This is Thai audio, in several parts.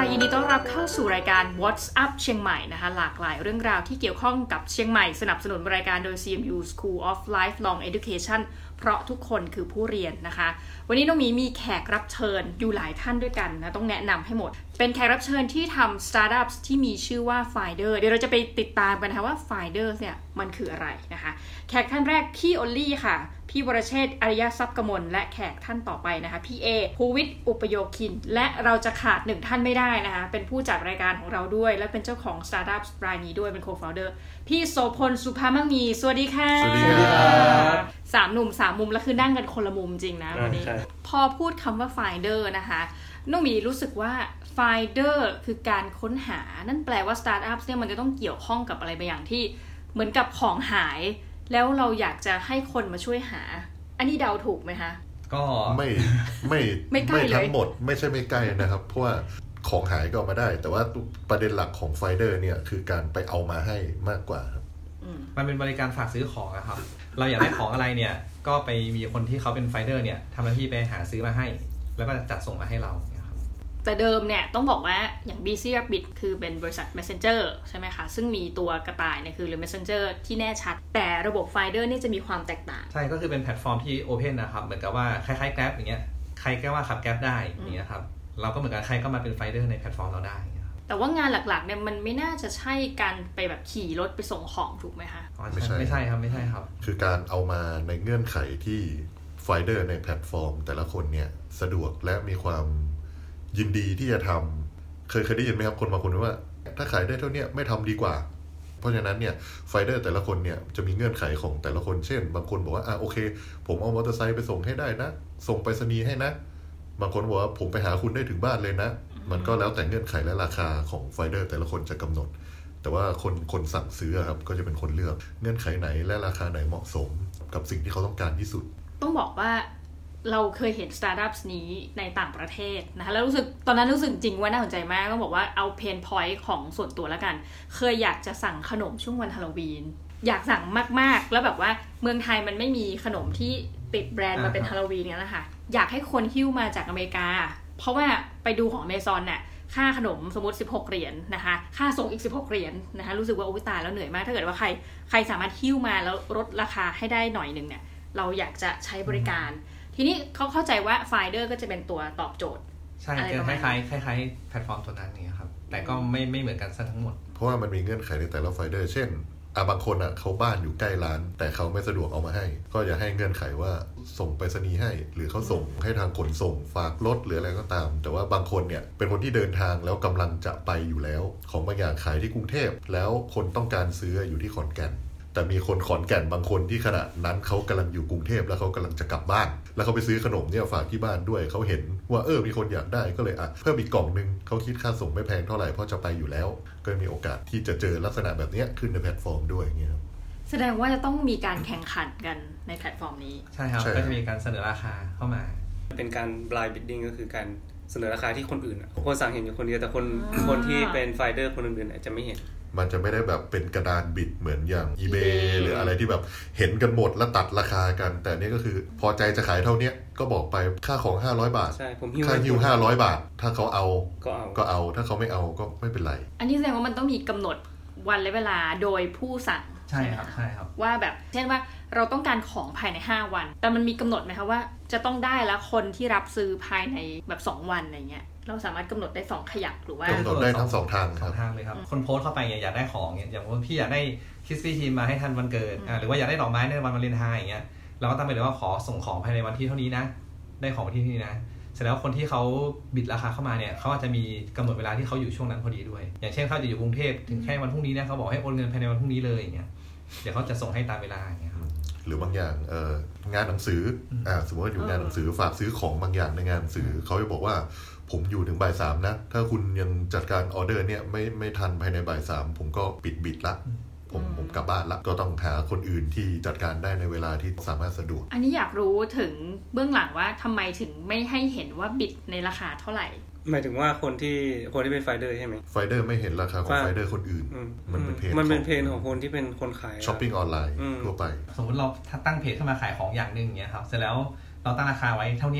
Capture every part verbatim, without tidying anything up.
ยินดีต้อนรับเข้าสู่รายการ What's Up เชียงใหม่นะคะหลากหลายเรื่องราวที่เกี่ยวข้องกับเชียงใหม่สนับสนุนรายการโดย ซี เอ็ม ยู School of Lifelong Education เพราะทุกคนคือผู้เรียนนะคะวันนี้น้องมีมีแขกรับเชิญอยู่หลายท่านด้วยกันนะต้องแนะนำให้หมดเป็นแขกรับเชิญที่ทำ Startups ที่มีชื่อว่า Finder เดี๋ยวเราจะไปติดตามกันนะคะว่า Finder เนี่ยมันคืออะไรนะคะแขกท่านแรกพี่ออลลี่ค่ะพี่วรเชษฐ์อริยทรัพย์กมลและแขกท่านต่อไปนะคะพี่เอภูวิทย์อุปโยคินและเราจะขาดหนึ่งท่านไม่ได้นะคะเป็นผู้จัดรายการของเราด้วยและเป็นเจ้าของ Startups รายนี้ด้วยเป็น Co-founder พี่โสพลสุภามั่งมีสวัสดีค่ะสวัสดีครับสามหนุ่มสามมุมแล้วคือนั่งกันคนละมุมจริงนะวันนี้พอพูดคำว่า Finder นะคะน้องมีรู้สึกว่า Finder คือการค้นหานั่นแปลว่า Startups เนี่ยมันจะต้องเกี่ยวข้องกับอะไรบางอย่างที่เหมือนกับของหายแล้วเราอยากจะให้คนมาช่วยหาอันนี้เดาถูกไหมคะก็ไม่ไม่ไม่ทั้งหมดไม่ใช่ไม่ใกล้นะครับเพราะว่าของหายก็เอามาได้แต่ว่าประเด็นหลักของ Finder เนี่ยคือการไปเอามาให้มากกว่าครับมันเป็นบริการฝากซื้อของนะครับเราอยากได้ของอะไรเนี่ยก็ไปมีคนที่เขาเป็น Finder เนี่ยทำหน้าที่ไปหาซื้อมาให้แล้วก็จัดส่งมาให้เราแต่เดิมเนี่ยต้องบอกว่าอย่าง Busy Rabbit คือเป็นบริษัท Messenger ใช่ไหมคะซึ่งมีตัวกระต่ายเนี่ยคือหรือ Messenger ที่แน่ชัดแต่ระบบ Finder นี่จะมีความแตกต่างใช่ก็คือเป็นแพลตฟอร์มที่ Open นะครับเหมือนกับว่าคล้ายๆ Grab อย่างเงี้ยใครก็ว่าขับ Grab ได้อย่างเงี้ยครับเราก็เหมือนกับใครก็มาเป็น Finder ในแพลตฟอร์มเราได้แต่ว่างานหลักๆเนี่ยมันไม่น่าจะใช่การไปแบบขี่รถไปส่งของถูกไหมคะไม่ใช่ไม่ใช่ครับไม่ใช่ครับคือการเอามาในเงื่อนไขที่ Finder ในแพลตฟอร์มแต่ละคนเนี่ยสะดวกและมีความยินดีที่จะทำเคยเคยได้ยินไหมครับคนบางคนว่าถ้าขายได้เท่านี้ไม่ทำดีกว่าเพราะฉะนั้นเนี่ยไฟเดอร์แต่ละคนเนี่ยจะมีเงื่อนไขของแต่ละคนเช่นบางคนบอกว่าอ่ะโอเคผมเอามอเตอร์ไซค์ไปส่งให้ได้นะส่งไปรษณีย์ให้นะบางคนบอกว่าผมไปหาคุณได้ถึงบ้านเลยนะมันก็แล้วแต่เงื่อนไขและราคาของไฟเดอร์แต่ละคนจะกำหนดแต่ว่าคนคนสั่งซื้อครับก็จะเป็นคนเลือกเงื่อนไขไหนและราคาไหนเหมาะสมกับสิ่งที่เขาต้องการที่สุดต้องบอกว่าเราเคยเห็น Startups นี้ในต่างประเทศนะคะแล้วรู้สึกตอนนั้นรู้สึกจริงว่าน่าสนใจมากต้องบอกว่าเอาเพนพอยต์ของส่วนตัวแล้วกันเคยอยากจะสั่งขนมช่วงวันฮาโลวีนอยากสั่งมากๆแล้วแบบว่าเมืองไทยมันไม่มีขนมที่ติดแบรนด์มาเป็นฮาโลวีนเนี่ยนะคะอยากให้คนหิ้วมาจากอเมริกาเพราะว่าไปดูของ Amazon น่ะค่าขนมสมมุติสิบหกเหรียญ น, นะคะค่าส่งอีกสิบหกเหรียญ น, นะคะรู้สึกว่าโอ้ยตายแล้วเหนื่อยมากถ้าเกิดว่าใครใครสามารถหิ้วมาแล้วลดราคาให้ได้หน่อยนึงเนี่ยเราอยากจะใช้บริการทีนี้เขาเข้าใจว่า Finder ก็จะเป็นตัวตอบโจทย์ใช่คล้ายๆคล้ายๆแพลตฟอร์มตัวนั้นนี่ครับแต่ก็ไม่ไม่เหมือนกันซะทั้งหมดเพราะว่ามันมีเงื่อนไขในแต่ละ Finder เช่นอ่ะบางคนอ่ะเขาบ้านอยู่ใกล้ร้านแต่เขาไม่สะดวกเอามาให้ก็อย่าให้เงื่อนไขว่าส่งไปรษณีย์ให้หรือเขาส่งให้ทางขนส่งฝากรถหรืออะไรก็ตามแต่ว่าบางคนเนี่ยเป็นคนที่เดินทางแล้วกำลังจะไปอยู่แล้วของบางอย่างขายที่กรุงเทพแล้วคนต้องการซื้ออยู่ที่ขอนแก่นแต่มีคนขอนแก่นบางคนที่ขณะนั้นเขากำลังอยู่กรุงเทพแล้วเขากำลังจะกลับบ้านแล้วเขาไปซื้อขนมเนี่ยฝากที่บ้านด้วยเขาเห็นว่าเออมีคนอยากได้ก็เลยอ่ะเพิ่มอีกกล่องนึงเขาคิดค่าส่งไม่แพงเท่าไหร่เพราะจะไปอยู่แล้วก็มีโอกาสที่จะเจอลักษณะแบบนี้ขึ้นในแพลตฟอร์มด้วยอย่างเงี้ยแสดงว่าจะต้องมีการแข่งขันกันในแพลตฟอร์มนี้ใช่ครับก็จะมีการเสนอราคาเข้ามาเป็นการ blind bidding ก็คือการเสนอราคาที่คนอื่นคนสั่งเห็นอยู่คนเดียวแต่คนคนที่เป็น Finder คนอื่นๆอาจจะไม่เห็นมันจะไม่ได้แบบเป็นกระดานบิดเหมือนอย่าง eBay หรืออะไรที่แบบเห็นกันหมดแล้วตัดราคากันแต่นี่ก็คือพอใจจะขายเท่านี้ก็บอกไปค่าของห้าร้อยบาทใช่ผมหิ้วค่าหิ้วห้าร้อยบาทถ้าเขาเอาก็เอาก็เอาถ้าเขาไม่เอาก็ไม่เป็นไรอันนี้แสดงว่ามันต้องมีกำหนดวันและเวลาโดยผู้สั่งใช่ครับใช่ครับว่าแบบเช่นว่าเราต้องการของภายในห้าวันแต่มันมีกำหนดไหมคะว่าจะต้องได้แล้วคนที่รับซื้อภายในแบบสองวันอะไรเงี้ยเราสามารถกำหนดได้สองขยักหรือว่ากำหนดได้ทั้งสองทางสองทางเลยครับคนโพสต์เข้าไปเนี่ยอยากได้ของเนี่ยอย่างว่าพี่อยากได้คิสปี้ทีมมาให้ทันวันเกิดอ่าหรือว่าอยากได้ดอกไม้ในวันวาเลนไทน์อย่างเงี้ยเราก็ตั้งไปเลยว่าขอส่งของภายในวันที่เท่านี้นะได้ของวันที่เท่านี้นะเสร็จแล้วคนที่เขาบิดราคาเข้ามาเนี่ยเขาอาจจะมีกำหนดเวลาที่เขาอยู่ช่วงนั้นพอดีด้วยอย่างเช่นเขาจะอยู่กรุงเทพถึงแค่วันพรุ่งนี้นะเขาบอกให้โอนเงินภายในวันพรุ่งนี้เลยอย่างเงี้ยเดี๋ยวเขาจะส่งให้ตามเวลาอย่างเงี้ยครับหรือบางอย่างเอ่องานหนังสืออ่าสมมติว่าอยู่งานหนังสือฝากซื้อของบางอย่างในงานหนังสือเขาจะบอกว่าผมอยู่ถึงบ่ายสามนะถ้าคุณยังจัดการออเดอร์เนี่ยไม่ไม่ทันภายในบ่ายสามผมก็ปิดบิดละผมผมกลับบ้านละก็ต้องหาคนอื่นที่จัดการได้ในเวลาที่สามารถสะดวกอันนี้อยากรู้ถึงเบื้องหลังว่าทำไมถึงไม่ให้เห็นว่าบิดในราคาเท่าไหร่หมายถึงว่าคนที่คนที่เป็น Finder ใช่ไหม Finder ไม่เห็นราคาของ Finder คนอื่นมันเป็นเพจมันเป็นเพจของคนที่เป็นคนขายช้อปปิ้งออนไลน์ทั่วไปสมมติเราตั้งเพจขึ้นมาขายของอย่างนึงอย่างเงี้ยครับเสร็จแล้วเราตั้งราคาไว้เท่านี้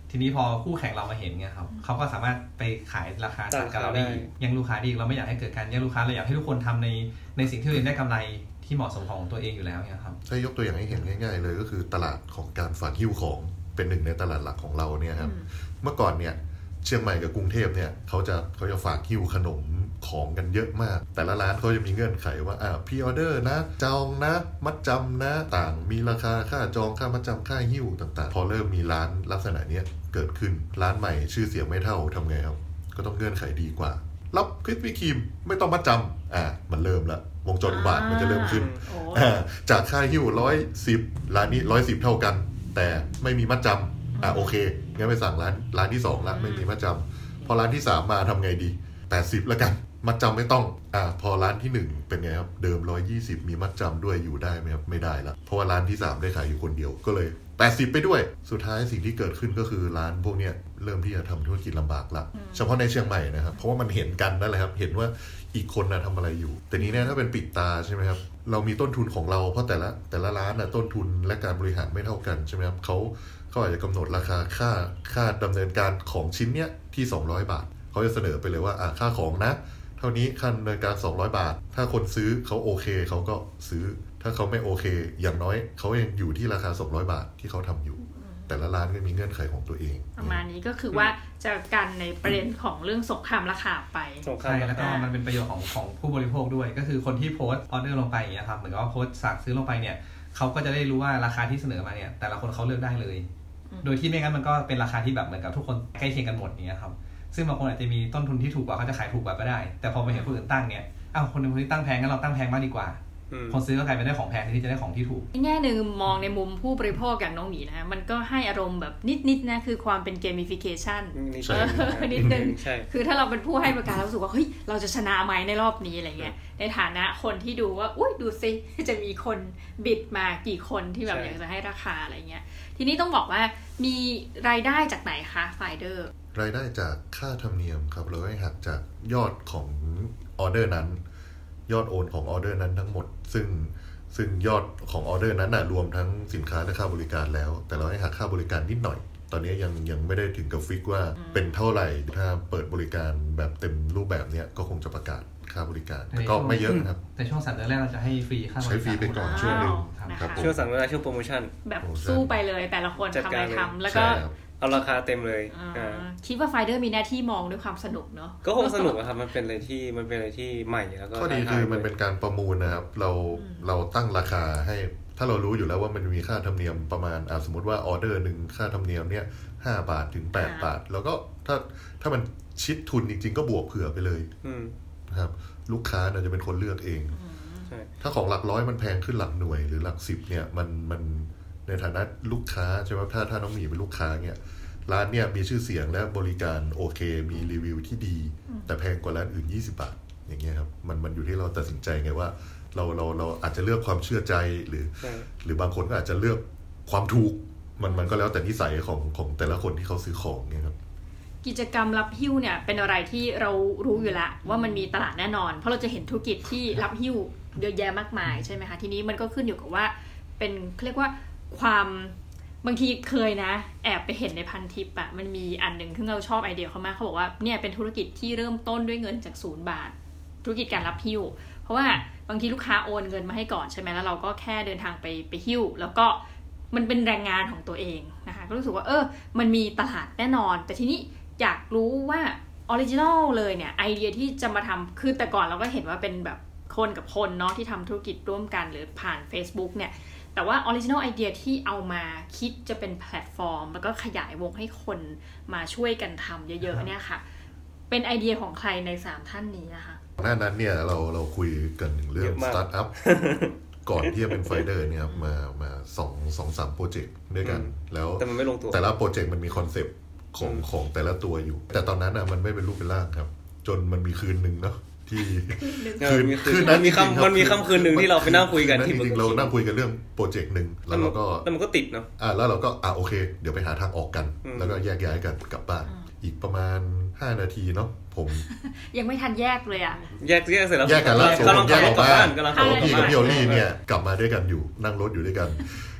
ทีนี้พอคู่แข่งเรามาเห็นเงี้ยครับเขาก็สามารถไปขายราคาต่างกับเราได้ยังลูกค้าดีเราไม่อยากให้เกิดการยังลูกค้าเราอยากให้ทุกคนทำในในสิ่งที่ตัวเองได้กำไรที่เหมาะสมของตัวเองอยู่แล้วเนี่ยครับถ้ายกตัวอย่างให้เห็นง่ายๆเลยก็คือตลาดของการฝากหิ้วของเป็นหนึ่งในตลาดหลักของเราเนี่ยครับเมื่อก่อนเนี่ยเชียงใหม่กับกรุงเทพเนี่ยเขาจะเขาจะฝากหิ้วขนมของกันเยอะมากแต่ละร้านเขาจะมีเงื่อนไขว่าอ่าพรีออเดอร์นะจองนะมัดจำนะต่างมีราคาค่าจองค่ามัดจำค่าหิ้วต่างๆพอเริ่มมีร้านลักษณะนี้เกิดขึ้นร้านใหม่ชื่อเสียงไม่เท่าทำไงครับก็ต้องเงื่อนไขดีกว่ารับคริสปี้ครีมไม่ต้องมัดจำอ่ามันเริ่มละวงจรอุบาทมันจะเริ่มขึ้นจากค่าหิ้วร้อยสิบร้านนี้ร้อยสิบเท่ากันแต่ไม่มีมัดจำอ่าโอเคงั้นไปสั่งร้านร้านที่สองละไม่มีมัดจำพอร้านที่สามมาทำไงดีแปดสิบแล้วกันมัดจำไม่ต้องอ่าพอร้านที่หนึ่งเป็นไงครับเดิมหนึ่งร้อยยี่สิบมีมัดจำด้วยอยู่ได้ไหมครับไม่ได้ละเพราะว่าร้านที่สามได้ขายอยู่คนเดียวก็เลยแปดสิบไปด้วยสุดท้ายสิ่งที่เกิดขึ้นก็คือร้านพวกเนี้ยเริ่มที่จะทำธุรกิจลำบากละเฉพาะในเชียงใหม่นะครับเพราะว่ามันเห็นกันนั่นแหละครับเห็นว่าอีกคนนะทำอะไรอยู่แต่นี้เนี่ยถ้าเป็นปิดตาใช่ไหมครับเรามีต้นทุนของเราเพราะแต่ละแต่ละร้านนะต้นทุนและการบริหารไม่เท่ากันใช่ไหมครับเขาเขาอาจจะกำหนดราคาค่าค่าดำเนินการของชิ้นเนี้ยที่สองร้อยบาทเขาจะเสนอไปเลยว่าอ่าค่าของนะเท่านี้ค่าดำเนินการสองร้อยบาทถ้าคนซื้อเขาโอเคเขาก็ซื้อถ้าเขาไม่โอเคอย่างน้อยเขายังอยู่ที่ราคาสองร้อยบาทที่เขาทำอยู่แต่ละร้านก็มีเงื่อนไขของตัวเองประมาณนี้ก็คือว่าจะกันในประเด็นของเรื่องสงครามราคาไปใช่แล้วก็มันเป็นประโยชน์ของของผู้บริโภคด้วยก็คือคนที่โพสต์ออเดอร์ลงไปอย่างเงี้ยครับเหมือนกับว่าโพสต์สั่งซื้อลงไปเนี่ยเขาก็จะได้รู้ว่าราคาที่เสนอมาเนี่ยแต่ละคนเขาเลือกได้เลยโดยที่ไม่งั้นมันก็เป็นราคาที่แบบเหมือนกับทุกคนใกล้เคียงกันหมดอย่างเงี้ยครับซึ่งบางคนอาจจะมีต้นทุนที่ถูกกว่าเขาจะขายถูกกว่าก็ได้แต่พอไปเห็นคนอื่นตั้งเนี่ยอ้าวคนนึงคนที่ตั้งแพงงั้นเราตั้งแพงมากดีกว่าคนซื้อก็กลายเป็นได้ของแพงที่จะได้ของที่ถูกแง่หนึ่งมองในมุมผู้บริโภคอย่างน้องหมีนะมันก็ให้อารมณ์แบบนิดๆนะคือความเป็นเกมฟิเคชันนิดนึงคือถ้าเราเป็นผู้ให้บริการเรารู้สึกว่าเฮ้ยเราจะชนะไหมในรอบนี้อะไรเงี้ยในฐานะคนที่ดูว่าอุ้ยดูซิจะมีคนบิดมากี่คนที่แบบอยากจะให้ราคาอะไรเงี้ยทีนี้ต้องบอกว่ามีรายได้จากไหนคะไฟเดอร์รายได้จากค่าธรรมเนียมครับเราให้หักจากยอดของออเดอร์นั้นยอดโอนของออเดอร์นั้นทั้งหมดซึ่งซึ่งยอดของออเดอร์นั้นน่ะรวมทั้งสินค้าและค่าบริการแล้วแต่เราให้หักค่าบริการนิดหน่อยตอนนี้ยังยังไม่ได้ถึงกับฟิกว่าเป็นเท่าไหร่ถ้าเปิดบริการแบบเต็มรูปแบบเนี้ยก็คงจะประกาศค่าบริการแต่ก็ไม่เยอะครับแต่ช่วงสามเดือนแรกเราจะให้ฟรีค่าบริการใช้ฟรีไปก่อนช่วงนึงครับช่วงสามเดือนแรกช่วงโปรโมชั่นแบบสู้ไปเลยแต่ละคนทำอะไรทำแล้วก็เอาราคาเต็มเลยคิดว่าไฟเดอร์มีหน้าที่มองด้วยความสนุกเนาะก็คงสนุกอะครับมันเป็นอะไรที่มันเป็นอะไรที่ใหม่แล้วก็ข้อดีคือมันเป็นการประมูลนะครับเราเราตั้งราคาให้ถ้าเรารู้อยู่แล้วว่ามันมีค่าธรรมเนียมประมาณอ่าสมมติว่าออเดอร์นึงค่าธรรมเนียมเนี่ยห้าบาทถึงแปดบาทแล้วก็ถ้าถ้ามันชิดทุนจริงๆก็บวกเผื่อไปเลยนะครับลูกค้าน่าจะเป็นคนเลือกเองถ้าของหลักร้อยมันแพงขึ้นหลักหน่วยหรือหลักสิบเนี่ยมันมันในฐานะลูกค้าใช่ไหมถ้าถ้าน้องหมีเป็นลูกค้าเนี่ยร้านเนี่ยมีชื่อเสียงและบริการโอเคมีรีวิวที่ดีแต่แพงกว่าร้านอื่นยี่สิบบาทอย่างเงี้ยครับมันมันอยู่ที่เราตัดสินใจไงว่าเราเราเราอาจจะเลือกความเชื่อใจหรือหรือบางคนก็อาจจะเลือกความถูกมันมันก็แล้วแต่นิสัยของของแต่ละคนที่เขาซื้อของเนี่ยครับกิจกรรมรับหิ้วเนี่ยเป็นอะไรที่เรารู้อยู่แล้วว่ามันมีตลาดแน่นอนเพราะเราจะเห็นธุรกิจที่รับหิ้วเยอะแยะมากมายใช่ไหมคะทีนี้มันก็ขึ้นอยู่กับว่าเป็นเรียกว่าความบางทีเคยนะแอบไปเห็นในพันทิปอะมันมีอันหนึ่งที่เราชอบไอเดียเขามากเขาบอกว่าเนี่ยเป็นธุรกิจที่เริ่มต้นด้วยเงินจากศูนย์บาทธุรกิจการรับหิ้วเพราะว่าบางทีลูกค้าโอนเงินมาให้ก่อนใช่ไหมแล้วเราก็แค่เดินทางไปไปหิ้วแล้วก็มันเป็นแรงงานของตัวเองนะคะก็รู้สึกว่าเออมันมีตลาดแน่นอนแต่ทีนี้อยากรู้ว่าออริจินอลเลยเนี่ยไอเดียที่จะมาทำคือแต่ก่อนเราก็เห็นว่าเป็นแบบคนกับคนเนาะที่ทำธุรกิจร่วมกันหรือผ่าน Facebook เนี่ยแต่ว่าออริจินอลไอเดียที่เอามาคิดจะเป็นแพลตฟอร์มแล้วก็ขยายวงให้คนมาช่วยกันทำเยอะๆเนี่ยค่ะเป็นไอเดียของใครในสามท่านนี้นะคะหน้านั้นเนี่ยเราเราคุยกันเรื่องสตาร์ทอัพก่อนที่จะเป็นไฟเดอร์เนี่ยมามาสองสองสามโปรเจกต์ด้วยกันแล้วแต่มันไม่ลงตัวแต่ละโปรเจกต์มันมีคอนเซปต์ของของแต่ละตัวอยู่แต่ตอนนั้นอ่ะมันไม่เป็นรูปเป็นร่างครับจนมันมีคืนนึงเนาะที่คืนคืนนั้นมีคำมันมีค่ำคืนนึงที่เราไปนั่งคุยกันที่จริงๆเรานั่งคุยกันเรื่องโปรเจกต์นึงแล้วเราก็แล้วมันก็ติดเนาะอ่าแล้วเราก็อ่าโอเคเดี๋ยวไปหาทางออกกันแล้วก็แยกย้ายกันกลับบ้านอีกประมาณห้านาทีเนาะผมยังไม่ทันแยกเลยอ่ะแยกแยกเสร็จแล้วแยกกันแล้วกำลังแยกออกบ้านกำลังพี่กับพี่โอลี่เนี่ยกลับมาด้วยกันอยู่นั่งรถอยู่ด้วยกัน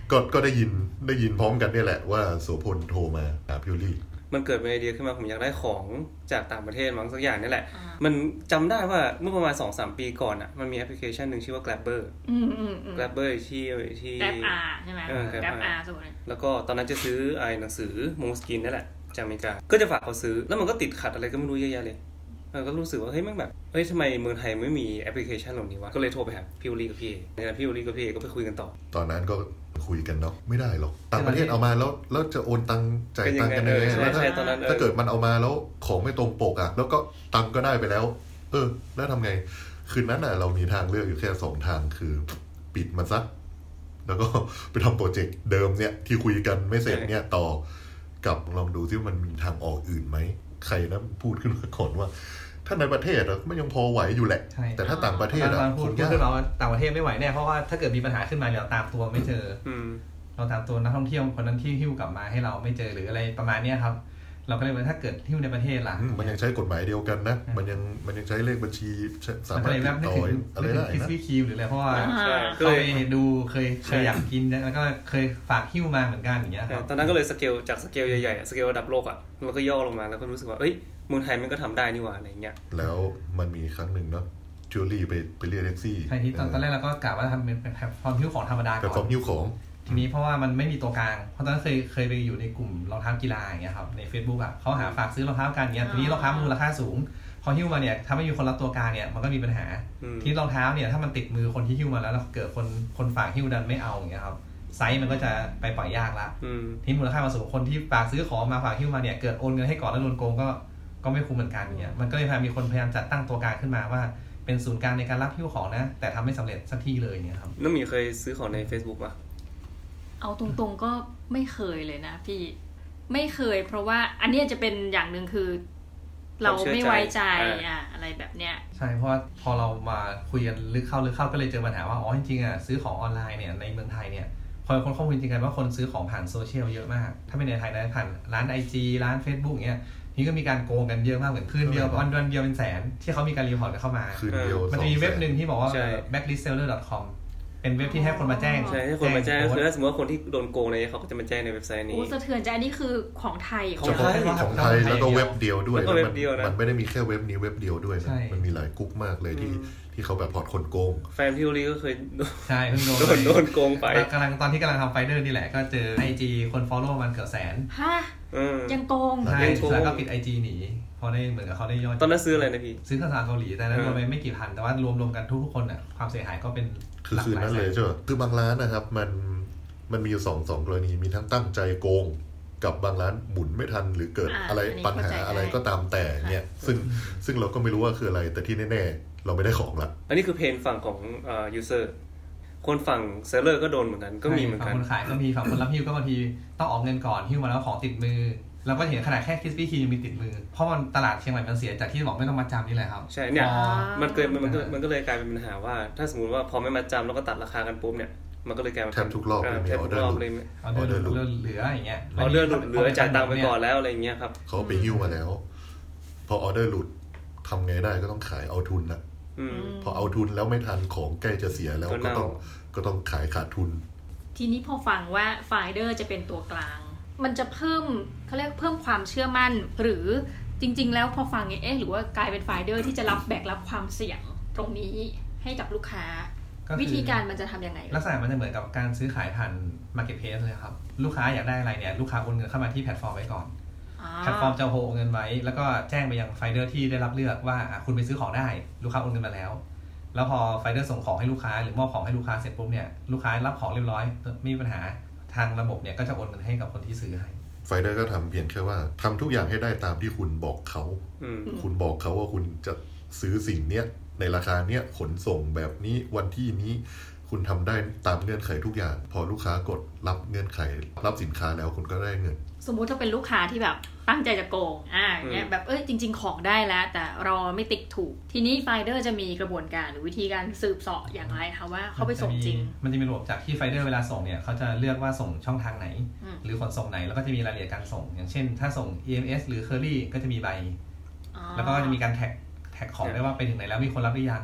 ก็ก็ได้ยินได้ยินพร้อมกันนี่แหละว่าโสพลโทรมาหาพิวลี่มันเกิดเป็นไอเดียขึ้นมาผมอยากได้ของจากต่างประเทศมั้งสักอย่างนี่แหละมันจำได้ว่าเมื่อประมาณ สองสาม ปีก่อนอ่ะมันมีแอปพลิเคชันนึงชื่อว่า Grabber อืมๆๆ Grabber ที่ที่ Grab-R ใช่มั้ย Grab-R สมมุติแล้วก็ตอนนั้นจะซื้อไอ้หนังสือ Moleskine นั่นแหละจากอเมริกาก็จะฝากเขาซื้อแล้วมันก็ติดขัดอะไรก็ไม่รู้เยอะแยะเลยมันก็รู้สึกว่าเฮ้ยมันแบบเฮ้ยทำไมเมืองไทยไม่มีแอปพลิเคชันเหล่านี้วะก็เลยโทรไปหาพี่โอลี่กับพี่เอพี่โอลี่กับพี่เอก็ไปคุยกันต่อตอนนั้นก็คุยกันเนาะไม่ได้หรอกต่างประเทศเอามาแล้วแล้วจะโอนตังจ่ายตังกันยังไงแล้วถ้าถ้าเกิดมันเอามาแล้วของไม่ตรงปกอ่ะแล้วก็ตังก็ได้ไปแล้วเออแล้วทำไงคืนนั้นน่ะเรามีทางเลือกอยู่แค่สองทางคือปิดมันซะแล้วก็ไปทำโปรเจกต์เดิมเนี่ยที่คุยกันไม่เสร็จเนี่ยต่อกับลองดูซิว่ามันมีทางออกอื่นไหมใครนะพูดขึ้นมาก่อนว่าถ้าในประเทศอะมันยังพอไหวอยู่แหละแต่ถ้าต่างประเทศอะพูดขึ้นมาว่าต่างประเทศไม่ไหวแน่เพราะว่าถ้าเกิดมีปัญหาขึ้นมาเราตามตัวไม่เจอเราตามตัวนักท่องเที่ยวคนนั้นที่หิ้วกลับมาให้เราไม่เจอหรืออะไรประมาณนี้ครับเราก็เลยว่าถ้าเกิดหิ้วในประเทศล่ะมันยังใช้กฎหมายเดียวกันนะมันยังมันยังใช้เลขบัญชีสามารถติดต่ออะไรได้นะคิสปี้คิวหรืออะไรเพราะว่าเคยดูเคยเคยอยากกินแล้วก็เคยฝากหิ้วมาเหมือนกันอย่างเงี้ยตอนนั้นก็เลยสเกลจากสเกลใหญ่ๆสเกลระดับโลกอ่ะมันก็ย่อลงมาแล้วก็รู้สึกว่าเอ้ยเมืองไทยมันก็ทำได้นี่หว่าอะไรเงี้ยแล้วมันมีครั้งหนึ่งเนาะจูลี่ไปไปเรียกแท็กซี่ใช่ที่ตอนตอนแรกเราก็กะว่าทำเป็นแพลตฟอร์มหิ้วของธรรมดาก่อนแพลตฟอร์มหิ้วของทีนี้เพราะว่ามันไม่มีตัวกลางเพราะตอนนั้นเคยเคยไปอยู่ในกลุ่มรองเท้ากีฬาอย่างเงี้ยครับใน Facebook อ่ะเขาหาฝากซื้อรองเท้ากันเงี้ยทีนี้รองเท้ามูลค่าสูงพอหิ้วมาเนี่ยถ้าไม่มีคนรับตัวกลางเนี่ยมันก็มีปัญหาที่รองเท้าเนี่ยถ้ามันติดมือคนที่หิ้วมาแล้วแล้วเกิดคนคนฝากหิ้วดันไม่เอาอย่างเงี้ยครับไซส์มันก็จะไปปล่อยยากละที่มูลค่ามาสูงคนที่ฝากซื้อของมาฝากหิ้วมาเนี่ยเกิดโอนเงินให้ก่อนแล้วโดนโกงก็ก็ไม่คุ้มเหมือนกันเนี่ยมันก็เลยพยมีคนพยายามจัดตั้งตัวกลางขึ้นมาว่าเป็นศูนย์กลางในการรับหิ้วของนะแต่ทำไม่สำเร็จสักทีเลยเนี่ยครับน้องมีเคยซื้อของใน Facebook ป่ะเอาตรงๆก็ไม่เคยเลยนะพี่ไม่เคยเพราะว่าอันนี้จะเป็นอย่างนึงคือเราไม่ไว้ใจอ่ะอะไรแบบเนี้ยใช่เพราะว่าพอเรามาคุยกันลึกเข้าลึกเข้าก็เลยเจอปัญหาว่าอ๋อจริงๆอ่ะซื้อของออนไลน์เนี่ยในเมืองไทยเนี่ยพอคนข้อมูลจริงกันว่าคนซื้อของผ่านโซเชียลเยอะมากถ้าไม่ในไทยนะผ่านร้าน ไอ จี ร้าน Facebook อย่างเงี้ยนี่ก็มีการโกงกันเยอะมากเหมือนคืนเดียววันวันเดียวเป็นแสนที่เขามีการรีพอร์ตกันเข้ามาคืนเดียวมันจะมีเว็บนึงที่บอกว่า แบ็คลิสต์เซลเลอร์ ดอท คอม เป็นเว็บที่ให้คนมาแจ้งใช่ให้คนมาแจ้งคือถ้าสมมติว่าคนที่โดนโกงอะไรเขาก็จะมาแจ้งในเว็บไซต์นี้โอ้สะเทือนใจนี่คือของไทยของไทยของไทยแล้วก็เว็บเดียวด้วยมันไม่ได้มีแค่เว็บนี้เว็บเดียวด้วยนะมันมีหลายกลุ่มมากเลยที่ที่เขาแบบพอร์ตคนโกงแฟนพี่โอลีก็เคยใช่เพิ่งโดนโดนโกงไปกำลังตอนที่กำลังทำไฟเดอร์นี่แหละก็เจอ ไอ จี คน follow มันเกือบแสนฮะยังโกงใช่แล้วก็ปิด ไอ จี หนีพอได้เหมือนกับเขาได้ยอดตอนนั้นซื้ออะไรนะพี่ซื้อภาษาเกาหลีแต่นั้นรวมไปไม่กี่พันแต่ว่ารวมๆกันทุกๆคนน่ะความเสียหายก็เป็นคือคืนนั้นเลยใช่ป่ะคือบางร้านนะครับมันมันมีอยู่สองสองกรณีมีทั้งตั้งใจโกงกับบางร้านหมุนไม่ทันหรือเกิดอะไรปัญหาอะไรก็ตามแต่เนี่ยซึ่งซึ่งเราก็ไม่รู้ว่าคืออะไรแต่ที่แน่ๆเราไม่ได้ของละอันนี้คือเพนฝั่งของเอ่อ user คนฝั่งเซลเลอร์ก็โดนเหมือนกันก็มีเหมือนกันคนขายก็มีฝั่งคนรับหิ้วก็บางทีต้องออกเงินก่อนหิ้วมาแล้วของติดมือเราก็เห็นขนาดแค่คิสปี้คียังมีติดมือเพราะมันตลาดเชียงใหม่มันเสียจากที่บอกไม่ต้องมาจำนี่แหละครับใช่เนี่ยมันเกิดมันก็มันก็เลยกลายเป็นปัญหาว่าถ้าสมมติว่าพอไม่มาจำแล้วก็ตัดราคากันปุ๊บเนี่ยมันก็เลยกลายเป็นแทบทุกรอบเลยมีออเดอร์เลยออเดอร์เหลืออย่างเงี้ยออเดอร์หลุดเหลือจ่ายตังค์ไปก่อนแล้วอะไรอย่างเงี้ยครับเขาไปหิ้วมาแล้วพอออเดอร์หลุดทำไงได้ก็ต้องขายเอาทุนนะพอเอาทุนแล้วไม่ทันของใกล้จะเสียแล้วก็ต้องก็ต้องขายขาดทุนทีนี้พอฟังว่าไฟเดอร์จะเป็นตัวกลางมันจะเพิ่มเขาเรียกเพิ่มความเชื่อมั่นหรือจริงๆแล้วพอฟังเอ๊ะหรือว่ากลายเป็นไฟเดอร์ที่จะรับแบกรับความเสี่ยงตรงนี้ให้กับลูกค้าวิธีการมันจะทำยังไงลักษณะมันจะเหมือนกับการซื้อขายผ่าน Marketplace เลยครับลูกค้าอยากได้อะไรเนี่ยลูกค้าโอนเงินเข้ามาที่แพลตฟอร์มไว้ก่อนแพลตฟอร์มจะโอนเงินไว้แล้วก็แจ้งไปยังไฟเดอร์ที่ได้รับเลือกว่าคุณไปซื้อของได้ลูกค้าโอนเงินมาแล้วแล้วพอไฟเดอร์ส่งของให้ลูกค้าหรือมอบของให้ลูกค้าเสร็จปุ๊บเนี่ยลูกค้ารับของเรียบร้อยไม่มีปัญหาทางระบบเนี่ยก็จะโอนเงินให้กับคนที่ซื้อให้ไฟเดอร์ก็ทำเพียงแค่ว่าทำทุกอย่างให้ได้ตามที่คุณบอกเขาคุณบอกเขาว่าคุณจะซื้อสิ่งเนี้ยในราคาเนี้ยขนส่งแบบนี้วันที่นี้คุณทำได้ตามเงื่อนไขทุกอย่างพอลูกค้ากดรับเงื่อนไขรับสินค้าแล้วคุณก็ได้เงินสมมุติถ้าเป็นลูกค้าที่แบบตั้งใจจะโกงอ่าอย่างเงี้ยแบบเอ้ยจริงๆของได้แล้วแต่รอไม่ติ๊กถูกทีนี้ไฟเดอร์จะมีกระบวนการหรือวิธีการสืบเสาะอย่างไรคะว่าเขาไปส่งจริงมันจะมีระบบจากที่ไฟเดอร์เวลาส่งเนี่ยเขาจะเลือกว่าส่งช่องทางไหนหรือขนส่งไหนแล้วก็จะมีรายละเอียดการส่งอย่างเช่นถ้าส่ง อี เอ็ม เอส หรือ Curly ก็จะมีใบแล้วก็จะมีการแท็กแท็กของได้ว่าไปถึงไหนแล้วมีคนรับหรือยัง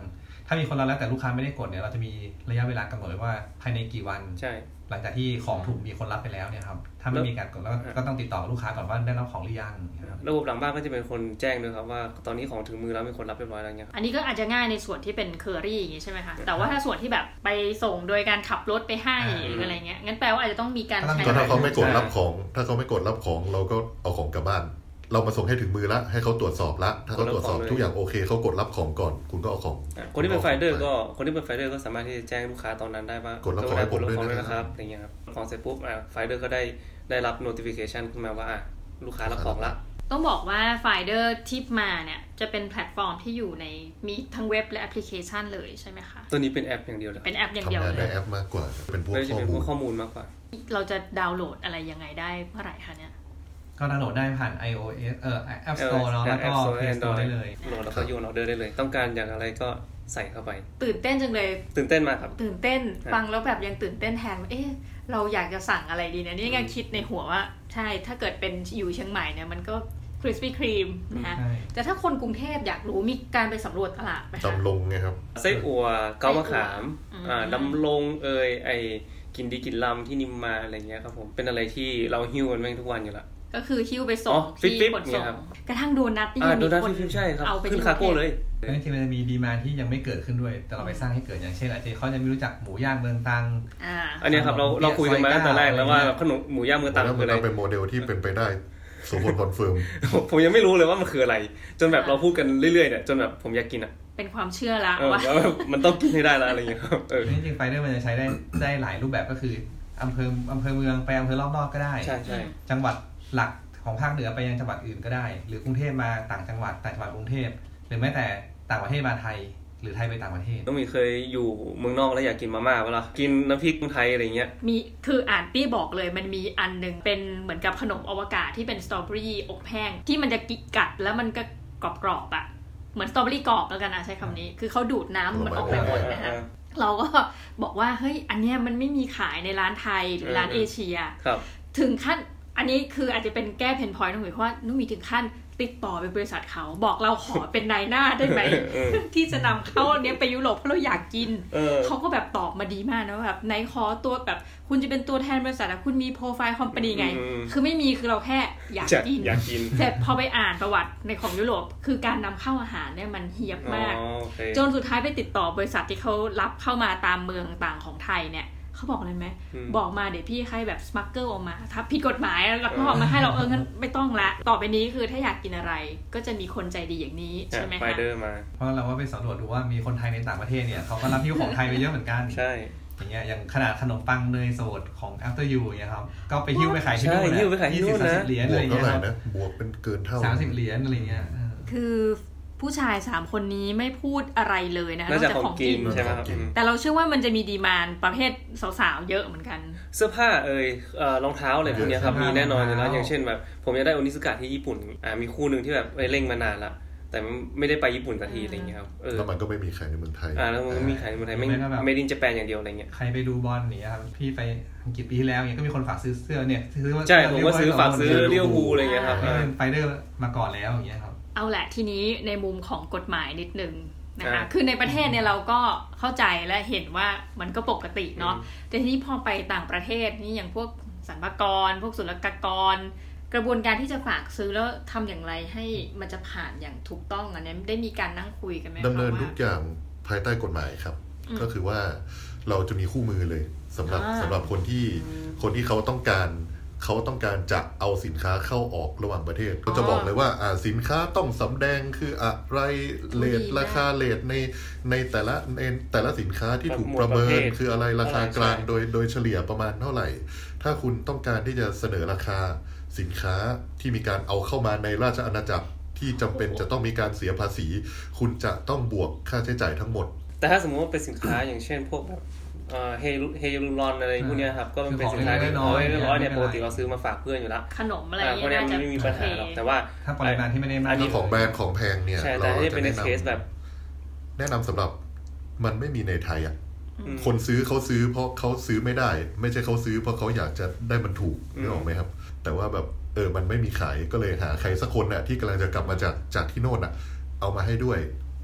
ถ้ามีคนรับแล้วแต่ลูกค้าไม่ได้กดเนี่ยเราจะมีระยะเวลากำหนดไว้ว่าภายในกี่วันใช่หลังจากที่ของถูกมีคนรับไปแล้วเนี่ยครับถ้าไม่มีการกดแล้วก็ต้องติดต่อลูกค้าก่อนว่าได้รับของหรือยังครับระบบหลังบ้านก็จะเป็นคนแจ้งด้วยครับว่าตอนนี้ของถึงมือแล้วมีคนรับเรียบร้อยแล้วเนี่ยอันนี้ก็อาจจะง่ายในส่วนที่เป็นเคอรี่อย่างงี้ใช่ไหมคะแต่ว่าถ้าส่วนที่แบบไปส่งโดยการขับรถไปให้หรืออะไรเงี้ยงั้นแปลว่าอาจจะต้องมีการใช้ถ้าเขาไม่กดรับของถ้าเขาไม่กดรับของเราก็เอาของกลับบ้านเรามาส่งให้ถึงมือละให้เขาตรวจสอบละถ้าเขาตรวจสอบทุกอย่างโอเคเขากดรับของก่อนคุณก็เอาของคนที่เป็นไฟเดอร์ก็คนที่เป็นไฟเดอร์ก็สามารถที่จะแจ้งลูกค้าตอนนั้นได้ว่ากดรับของให้ผมด้วยนะครับอย่างเงี้ยครับของเสร็จปุ๊บไฟเดอร์ก็ได้ได้รับ notification ขึ้นมาว่าลูกค้ารับของละต้องบอกว่าไฟเดอร์ที่มาเนี่ยจะเป็นแพลตฟอร์มที่อยู่ในมีทั้งเว็บและแอปพลิเคชันเลยใช่ไหมคะตัวนี้เป็นแอปอย่างเดียวเลยเป็นแอปอย่างเดียวเลยทำงานในแอปมากกว่าเป็นพวกข้อมูลข้อมูลมากกว่าเราจะดาวน์โหลดอะไรยังไงได้เมื่อไหร่คะเนี่ยก็ดาวน์โหลดได้ผ่าน iOS เอ่อ App Store เนาะแล้วก็ Play Store ได้เลยโหลดแล้วก็โยนออเดอร์ได้เลยต้องการอย่างอะไรก็ใส่เข้าไปตื่นเต้นจังเลยตื่นเต้นมากครับตื่นเต้นฟังแล้วแบบยังตื่นเต้นแทนเอ๊ะเราอยากจะสั่งอะไรดีนะนี่ก็คิดในหัวว่าใช่ถ้าเกิดเป็นอยู่เชียงใหม่เนี่ยมันก็คริสปี้ครีมนะฮะแต่ถ้าคนกรุงเทพอยากรู้มีการไปสำรวจตลาดไหมคะดำลงไงครับไส้อั่วเกามะขามอ่าดำลงเอ่ยไอ้กินดีกินลำที่นิมมาอะไรเงี้ยครับผมเป็นอะไรที่เราหิ้วกันแม่งทุกวันอยู่ละก็คือหิ้วไปส่งที่ขนส่งกระทั่งโดนัทที่มีคนเอาไปขึ้นคาร์โก้เลยจริงๆมันจะมีดีมานด์ที่ยังไม่เกิดขึ้นด้วยแต่เราไปสร้างให้เกิดอย่างเช่นอาจจะเขาจะไม่รู้จักหมูย่างเมืองตังอันนี้ครับเราเราคุยกันมาตั้งแต่แรกแล้วว่าขนมหมูย่างเมืองตังคืออะไรเป็นโมเดลที่เป็นไปได้สมบูรณ์คอนเฟิร์มผมยังไม่รู้เลยว่ามันคืออะไรจนแบบเราพูดกันเรื่อยๆเนี่ยจนแบบผมอยากกินอ่ะเป็นความเชื่อละว่ามันต้องกินให้ได้แล้วอะไรอย่างเงี้ยครับเออจริงๆไฟเดอร์มันจะใช้ได้ได้หลายรูปแบบก็คืออำเภออำเภอเมืองไปอำเภอรอบนอกก็ได้ใช่ใช่จังหวัดหลักของภาคเหนือไปยังจังหวัดอื่นก็ได้หรือกรุงเทพมาต่างจังหวัดต่างจังหวัดกรุงเทพหรือแม้แต่ต่างประเทศมาไทยหรือไทยไปต่างประเทศต้องมีเคยอยู่เมืองนอกแล้วอยากกินมาม่าเปล่ากินน้ำพริกไทยอะไรเงี้ยมีคืออ่านปี้บอกเลยมันมีอันนึงเป็นเหมือนกับขนมอวกาศที่เป็นสตรอเบอรี่อบแห้งที่มันจะกิกัดแล้วมันก็กรอบๆอ่ะเหมือนสตรอเบอรี่กรอบแล้วกันนะใช้คำนี้คือเขาดูดน้ำมันออกไปหมดนะฮะเราก็บอกว่าเฮ้ยอันเนี้ยมันไม่มีขายในร้านไทยหรือร้านเอเชียถึงขั้นอันนี้คืออาจจะเป็นแก้เพนพอยต์น้องหมีเพราะว่าน้องหมีถึงขั้นติดต่อไปบริษัทเขาบอกเราขอเป็นนายหน้าได้ไหม ที่จะนำเข้าเนี้ยไปยุโรปเพราะเราอยากกินเขาก็แบบตอบมาดีมากนะแบบไหนขอตัวแบบคุณจะเป็นตัวแทนบริษัทคุณมีโปรไฟล์คอมพานีไงคือไม่มีคือเราแค่อยากกินอยากกินเสร็จพอไปอ่านประวัติในของยุโรปคือการนำเข้าอาหารเนี่ยมันเฮี้ยบมากจนสุดท้ายไปติดต่อบริษัทที่เขารับเข้ามาตามเมืองต่างของไทยเนี่ยเขาบอกอะไรไหมบอกมาเดี๋ยวพี่ให้แบบสมัคเกอร์ออกมาถ้าผิดกฎหมายแล้วก็ออกมาให้เราเอองั้นไม่ต้องละต่อไปนี้คือถ้าอยากกินอะไรก็จะมีคนใจดีอย่างนี้ใช่ไหมคะไฟเดอร์มาเพราะเราว่าไปสำรวจดูว่ามีคนไทยในต่างประเทศเนี่ยเขาก็รับหิ้วของไทยไปเยอะเหมือนกันใช่อย่างเงี้ยอย่างขนาดขนมปังเนยสดของ After You อย่างเงี้ยครับก็ไปหิ้วไปขายที่นู่นนะหิ้วไปขายที่นู่นนะเหรียญอะไรเงี้ยครับบวกเป็นเกินเท่าสามสิบเหรียญอะไรเงี้ยคือผู้ชายสามคนนี้ไม่พูดอะไรเลยนะคะนอกจากของกินใช่ไหมครับแต่เราเชื่อว่ามันจะมีดีมานด์ประเภทสาวๆเยอะเหมือนกันเสื้อผ้าเอ่ยเอ่อรองเท้าอะไรพวกนี้ครับมีแน่นอนอยู่แล้วอย่างเช่นแบบผมอยากได้โอนิสกะที่ญี่ปุ่นอ่ามีคู่นึงที่แบบเร่งมานานละแต่ไม่ได้ไปญี่ปุ่นสักทีอะไรเงี้ยครับเออแล้วมันก็ไม่มีขายในเมืองไทยอ่าแล้วมันไม่มีขายในเมืองไทยไม่ไม่ดินญี่ปุ่นอย่างเดียวอะไรเงี้ยใครไปดูบอลเนี่ยครับพี่ไปอังกฤษปีที่แล้วเนี่ยก็มีคนฝากซื้อเสื้อเนี่ยซื้อใช่ผมก็ซื้อฝากซื้อเลี้ยวฮูอะไรเงี้ยครับเป็นไฟเดอร์มาก่อนแล้วอย่างเงี้ยครับเอาแหละทีนี้ในมุมของกฎหมายนิดนึงนะคะคือในประเทศเนี่ยเราก็เข้าใจและเห็นว่ามันก็ปกติเนาะแต่ทีนี้พอไปต่างประเทศนี่อย่างพวกสรรพากรพวกศุลกากรกระบวนการที่จะฝากซื้อแล้วทำอย่างไรให้มันจะผ่านอย่างถูกต้องอันนี้ได้มีการนั่งคุยกันไหมดำเนินทุกอย่างภายใต้กฎหมายครับก็คือว่าเราจะมีคู่มือเลยสำหรับสำหรับคนที่คนที่เขาต้องการเขาต้องการจะเอาสินค้าเข้าออกระหว่างประเทศก็จะบอกเลยว่าอ่าสินค้าต้องสำแดงคืออะไรเรทราคาเรทในในแต่ละในแต่ละสินค้าที่ถูกประเมินคืออะไรราคากลางโดยโดยเฉลี่ยประมาณเท่าไหร่ถ้าคุณต้องการที่จะเสนอราคาสินค้าที่มีการเอาเข้ามาในราชอาณาจักรที่จำเป็นจะต้องมีการเสียภาษีคุณจะต้องบวกค่าใช้จ่ายทั้งหมดแต่ถ้าสมมติว่าเป็นสินค้าอย่างเช่นพวกแบบเอ่อเฮลูเฮลูรอนอะไรพวกนี้ครับก็มันเป็นสินค้าที่น้อยน้อยเนี่ยปกติเราซื้อมาฝากเพื่อนอยู่แล้วขนมอะไรอย่างเงี้ยมันไม่มีปัญหาหรอกแต่ว่าถ้าปริมาณที่ไม่ได้มากอันนี้ของแบรนด์ของแพงเนี่ยเราจะแนะนำแบบแนะนำสำหรับมันไม่มีในไทยอ่ะคนซื้อเขาซื้อเพราะเขาซื้อไม่ได้ไม่ใช่เขาซื้อเพราะเขาอยากจะได้มันถูกนึกออกไหมครับแต่ว่าแบบเออมันไม่มีขายก็เลยหาใครสักคนน่ะที่กำลังจะกลับมาจากจากที่โน่นน่ะเอามาให้ด้วย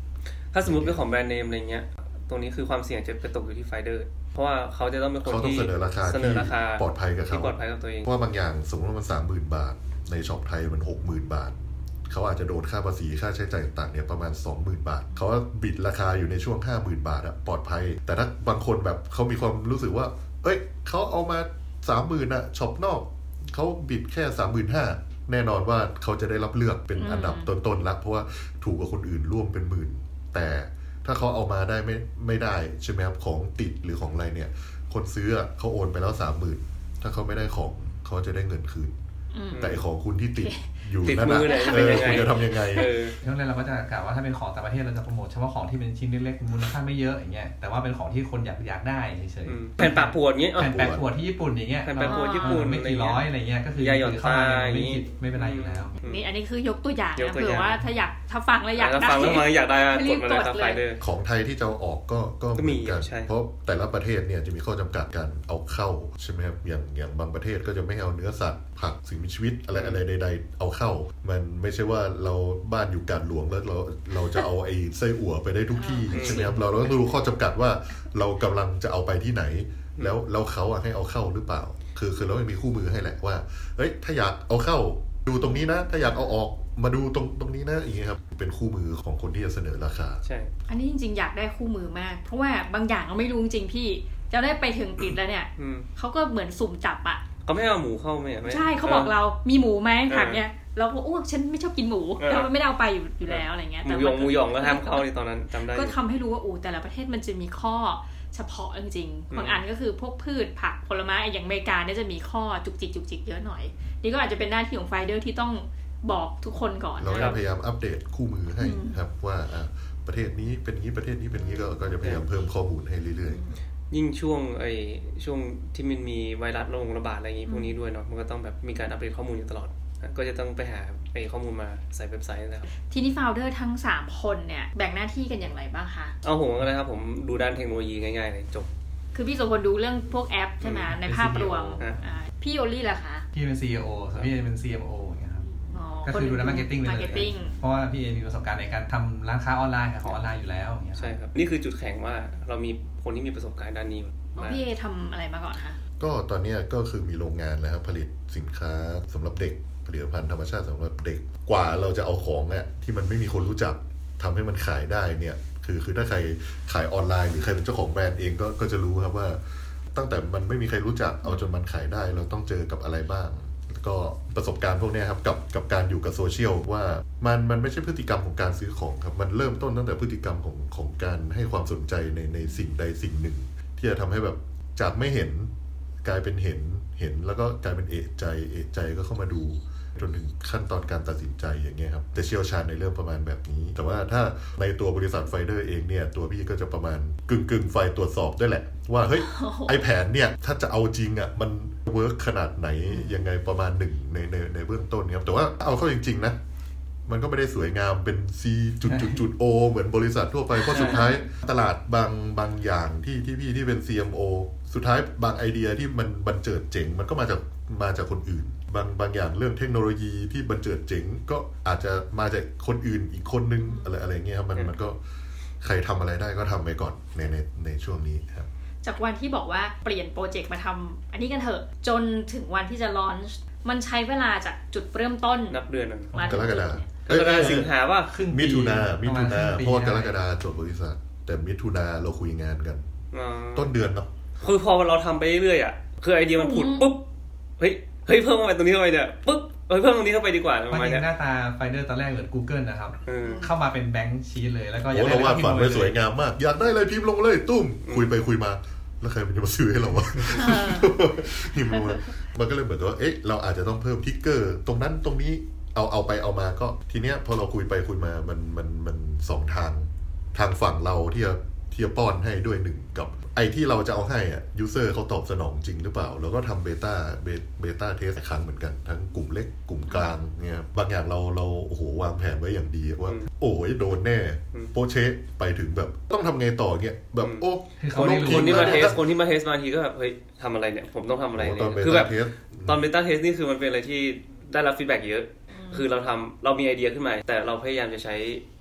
ถ้าสมมติเป็นของแบรนด์เนมอะไรเงี้ยตรงนี้คือความเสี่ยงจะไปตกอยู่ที่ไฟเดอร์เพราะว่าเขาจะต้องเป็นคนที่เสนอราคาที่ปลอดภัยกับเขาปลอดภัยกับตัวเองเพราะว่าบางอย่างสมมติว่ามัน สามหมื่น บาทในช็อปไทยมัน หกหมื่น บาทเขาอาจจะโดนค่าภาษีค่าใช้จ่ายต่างๆเนี่ยประมาณ สองหมื่น บาทเขาว่าบิดราคาอยู่ในช่วง ห้าหมื่น บาทอะปลอดภัยแต่ถ้าบางคนแบบเขามีความรู้สึกว่าเอ้ยเขาเอามา สามหมื่น อะช็อปนอกเขาบิดแค่ สามหมื่นห้าพัน แน่นอนว่าเขาจะได้รับเลือกเป็นอันดับต้นๆแล้วเพราะว่าถูกกว่าคนอื่นร่วมเป็นหมื่นแต่ถ้าเขาเอามาได้ไม่ไม่ได้ใช่ไหมครับของติดหรือของอะไรเนี่ยคนซื้อเขาโอนไปแล้ว สามหมื่น ถ้าเขาไม่ได้ของเขาจะได้เงินคืนแต่ของคุณที่ติดอยู่นั่นน่ะเออคุณจะทำยังไงช่วงแรกเราก็จะกล่าวว่าถ้าเป็นของต่างประเทศเราจะโปรโมทเฉพาะของที่เป็นชิ้นเล็กๆมูลค่าไม่เยอะอย่างเงี้ยแต่ว่าเป็นของที่คนอยากอยากได้เฉยๆแผ่นปากปวดเงี้ยแผ่นปากปวดที่ญี่ปุ่นอย่างเงี้ยแผ่นปากปวดญี่ปุ่นไม่กี่ร้อยอะไรเงี้ยก็คือยาหย่อนตาไม่ผิดไม่เป็นไรอยู่แล้วนี่อันนี้คือยกตัวอย่างนะเผื่อว่าถ้าอยากถ้าฟังแล้วอยากได้ฟังแล้วอยากได้กดมาเลยครับไฟเดอร์ของไทยที่จะออกก็ก็มีกันเพราะแต่ละประเทศเนี่ยจะมีข้อจำกัดการเอาเข้าใช่ไหมครับอย่างอย่างบางประเทศก็จะไม่เอาเนื้อสัตว์ผักสิ่งมีชีวิตอะไรอะไรใดๆเอาเข้ามันไม่ใช่ว่าเราบ้านอยู่กาดหลวงแล้วเราเราจะเอาไอ้ไส้อั่วไปได้ทุกที่ใช่ไหมครับเราเราต้องดูข้อจำกัดว่าเรากำลังจะเอาไปที่ไหนแล้วแล้วเขาอะให้เอาเข้าหรือเปล่าคือคือเราไม่มีคู่มือให้แหละว่าเฮ้ยถ้าอยากเอาเข้าดูตรงนี้นะถ้าอยากเอาออกมาดูตรงตรงนี้นะอย่างเงี้ยครับเป็นคู่มือของคนที่จะเสนอราคาใช่อันนี้จริงๆอยากได้คู่มือมากเพราะว่าบางอย่างเราไม่รู้จริงพี่จะได้ไปถึงปิดแล้วเนี่ยเขาก็เหมือนสุ่มจับอะเขาไม่เอาหมูเข้าไหมใช่เขาบอกเรามีหมูไหมถามเนี่ยเราก็อ้วกฉันไม่ชอบกินหมูเราไม่ได้เอาไปอยู่อยู่แล้วอะไรเงี้ยแต่หมูยองหมูยองก็ห้ามเข้าในตอนนั้นจำได้ก็ทำให้รู้ว่าอูแต่ละประเทศมันจะมีข้อเฉพาะจริงๆบางอันก็คือพวกพืชผักผลไม้อย่างอเมริกาเนี่ยจะมีข้อจุกจิกจุกจิกเยอะหน่อยนี่ก็อาจจะเป็นหน้าที่ของไฟเดอร์ที่ต้องบอกทุกคนก่อนเราพยายามอัปเดตคู่มือให้ครับว่าประเทศนี้เป็นงี้ประเทศนี้เป็นงี้ก็ก็จะพยายามเพิ่มข้อมูลให้เรื่อยๆยิ่งช่วงไอ้ช่วงที่มันมีไวรัสโรคระบาดอะไรอย่างงี้พวกนี้ด้วยเนาะมันก็ต้องแบบมีการอัปเดตข้อมูลอยู่ตลอดก็จะต้องไปหาไอ้ข้อมูลมาใส่เว็บไซต์นะครับทีนี้ founder ทั้งสามคนเนี่ยแบ่งหน้าที่กันอย่างไรบ้างคะเอาผมก็ได้ครับผมดูด้านเทคโนโลยีง่ายๆเลยจบคือพี่โสพลดูเรื่องพวกแอปใช่ไหมในภาพรวมพี่โอลี่ล่ะคะพี่เป็น ซี อี โอ ส่วนพี่เป็น ซี เอ็ม โอ อย่างเงี้ยครับก็คือดูด้านมาร์เก็ตติ้งเลยเพราะว่าพี่เอมีประสบการณ์ในการทำร้านค้าออนไลน์ขายของออนไลน์อยู่แล้วอย่างเงี้ยใช่ครับนี่คือจุดแข็งว่าเรามีคนที่มีประสบการณ์ด้านนี้พี่เอทำอะไรมาก่อนคะก็ตอนนี้ก็คือมีโรงงานแล้วครับผลิตสินค้าสำหรับเด็กผลิตภัณฑ์ธรรมชาติสำหรับเด็กกว่าเราจะเอาของเนี่ยที่มันไม่มีคนรู้จักทำให้มันขายได้เนี่ยคือคือถ้าใครขายออนไลน์หรือใครเป็นเจ้าของแบรนด์เองก็ก็จะรู้ครับว่าตั้งแต่มันไม่มีใครรู้จักเอาจนมันขายได้เราต้องเจอกับอะไรบ้างก็ประสบการณ์พวกนี้ครับกับกับการอยู่กับโซเชียลว่ามันมันไม่ใช่พฤติกรรมของการซื้อของครับมันเริ่มต้นตั้งแต่พฤติกรรมของของการให้ความสนใจในในสิ่งใดสิ่งหนึ่งที่จะทำให้แบบจากไม่เห็นกลายเป็นเห็นเห็นแล้วก็กลายเป็นเอะใจเอะใจก็เข้ามาดูจนถึงขั้นตอนการตัดสินใจอย่างเงี้ยครับแต่เชี่ยวชาญในเรื่องประมาณแบบนี้แต่ว่าถ้าในตัวบริษัทไฟเดอร์เองเนี่ยตัวพี่ก็จะประมาณกึ่งกึ่งไฟตรวจสอบด้วยแหละว่าเฮ้ย ไอแผนเนี่ยถ้าจะเอาจริงอ่ะมันเวิร์กขนาดไหนยังไงประมาณหนึ่งในในในเบื้องต้นครับแต่ว่าเอาเข้าจริงๆนะมันก็ไม่ได้สวยงามเป็น C จุดจุดจุด O เหมือนบริษัททั่วไปเพราะสุดท้ายตลาดบางบางอย่างที่ที่พี่ที่เป็น ซี เอ็ม โอ สุดท้ายบางไอเดียที่มันบันเจิดเจ๋งมันก็มาจากมาจากคนอื่นบางบางอย่างเรื่องเทคโนโลยีที่บันเจิดเจ๋งก็อาจจะมาจากคนอื่นอีกคนนึงอะไรอะไรเงี้ยครับมันมันก็ใครทำอะไรได้ก็ทำไปก่อนในในในช่วงนี้ครับจากวันที่บอกว่าเปลี่ยนโปรเจกต์มาทำอันนี้กันเถอะจนถึงวันที่จะลอนช์มันใช้เวลาจากจุดเริ่มต้นนับเดือนนึงมาถึงจุดเนี่ยกรกฎาคมสิงหาว่าครึ่งมิถุนามิถุนาเพราะกรกฎาคมจดบริษัทแต่มิถุนาเราคุยงานกันต้นเดือนเนาะคือพอเราทำไปเรื่อยๆอ่ะคือไอเดียมันผุดปุ๊บเฮ้ยเฮ้ยเพิ่มมาตรงนี้เข้าไปเนี่ยปุ๊บเฮ้ยเพิ่มตรงนี้เข้าไปดีกว่าประมาณนี้หน้าตาไฟเดอร์ตอนแรกเหมือน Google นะครับเข้ามาเป็นแบงค์ชีทเลยแล้วก็อยากได้อะไรพิมพ์ลงเลยสวยงามมากอยากได้อะไรพิมพ์ลงเลยตุ้มคุยไปคุยมาแล้วใครมันจะมาซื้อให้เราวะพิมพ์ลงมามันก็เลยเหมือนว่าเอ๊ะเราอาจจะต้องเพิ่มทิกเกอร์ตรงนั้นตรงนี้เอาเอาไปเอามาก็ทีเนี้ยพอเราคุยไปคุยมามันมันมันสองทางทางฝั่งเราที่จะที่จะป้อนให้ด้วยหนึ่งกับไอ้ที่เราจะเอาให้อ่ะยูเซอร์เขาตอบสนองจริงหรือเปล่าเราก็ทำเบต้าเบต้าเทสครั้งเหมือนกันทั้งกลุ่มเล็กกลุ่มกลางเนี่ยบางอย่างเราเราโอ้โหวางแผนไว้อย่างดีว่าโอ้ยโดนแน่โปเชไปถึงแบบต้องทำไงต่อเงี้ยแบบโอ้คนคนที่มาเทสคนที่มาเทสมาทีก็แบบเฮ้ยทำอะไรเนี่ยผมต้องทำอะไรเนี่ยคือแบบตอนเบต้าเทสนี่คือมันเป็นอะไรที่ได้รับฟีดแบ็กเยอะคือเราทำเรามีไอเดียขึ้นมาแต่เราพยายามจะใช้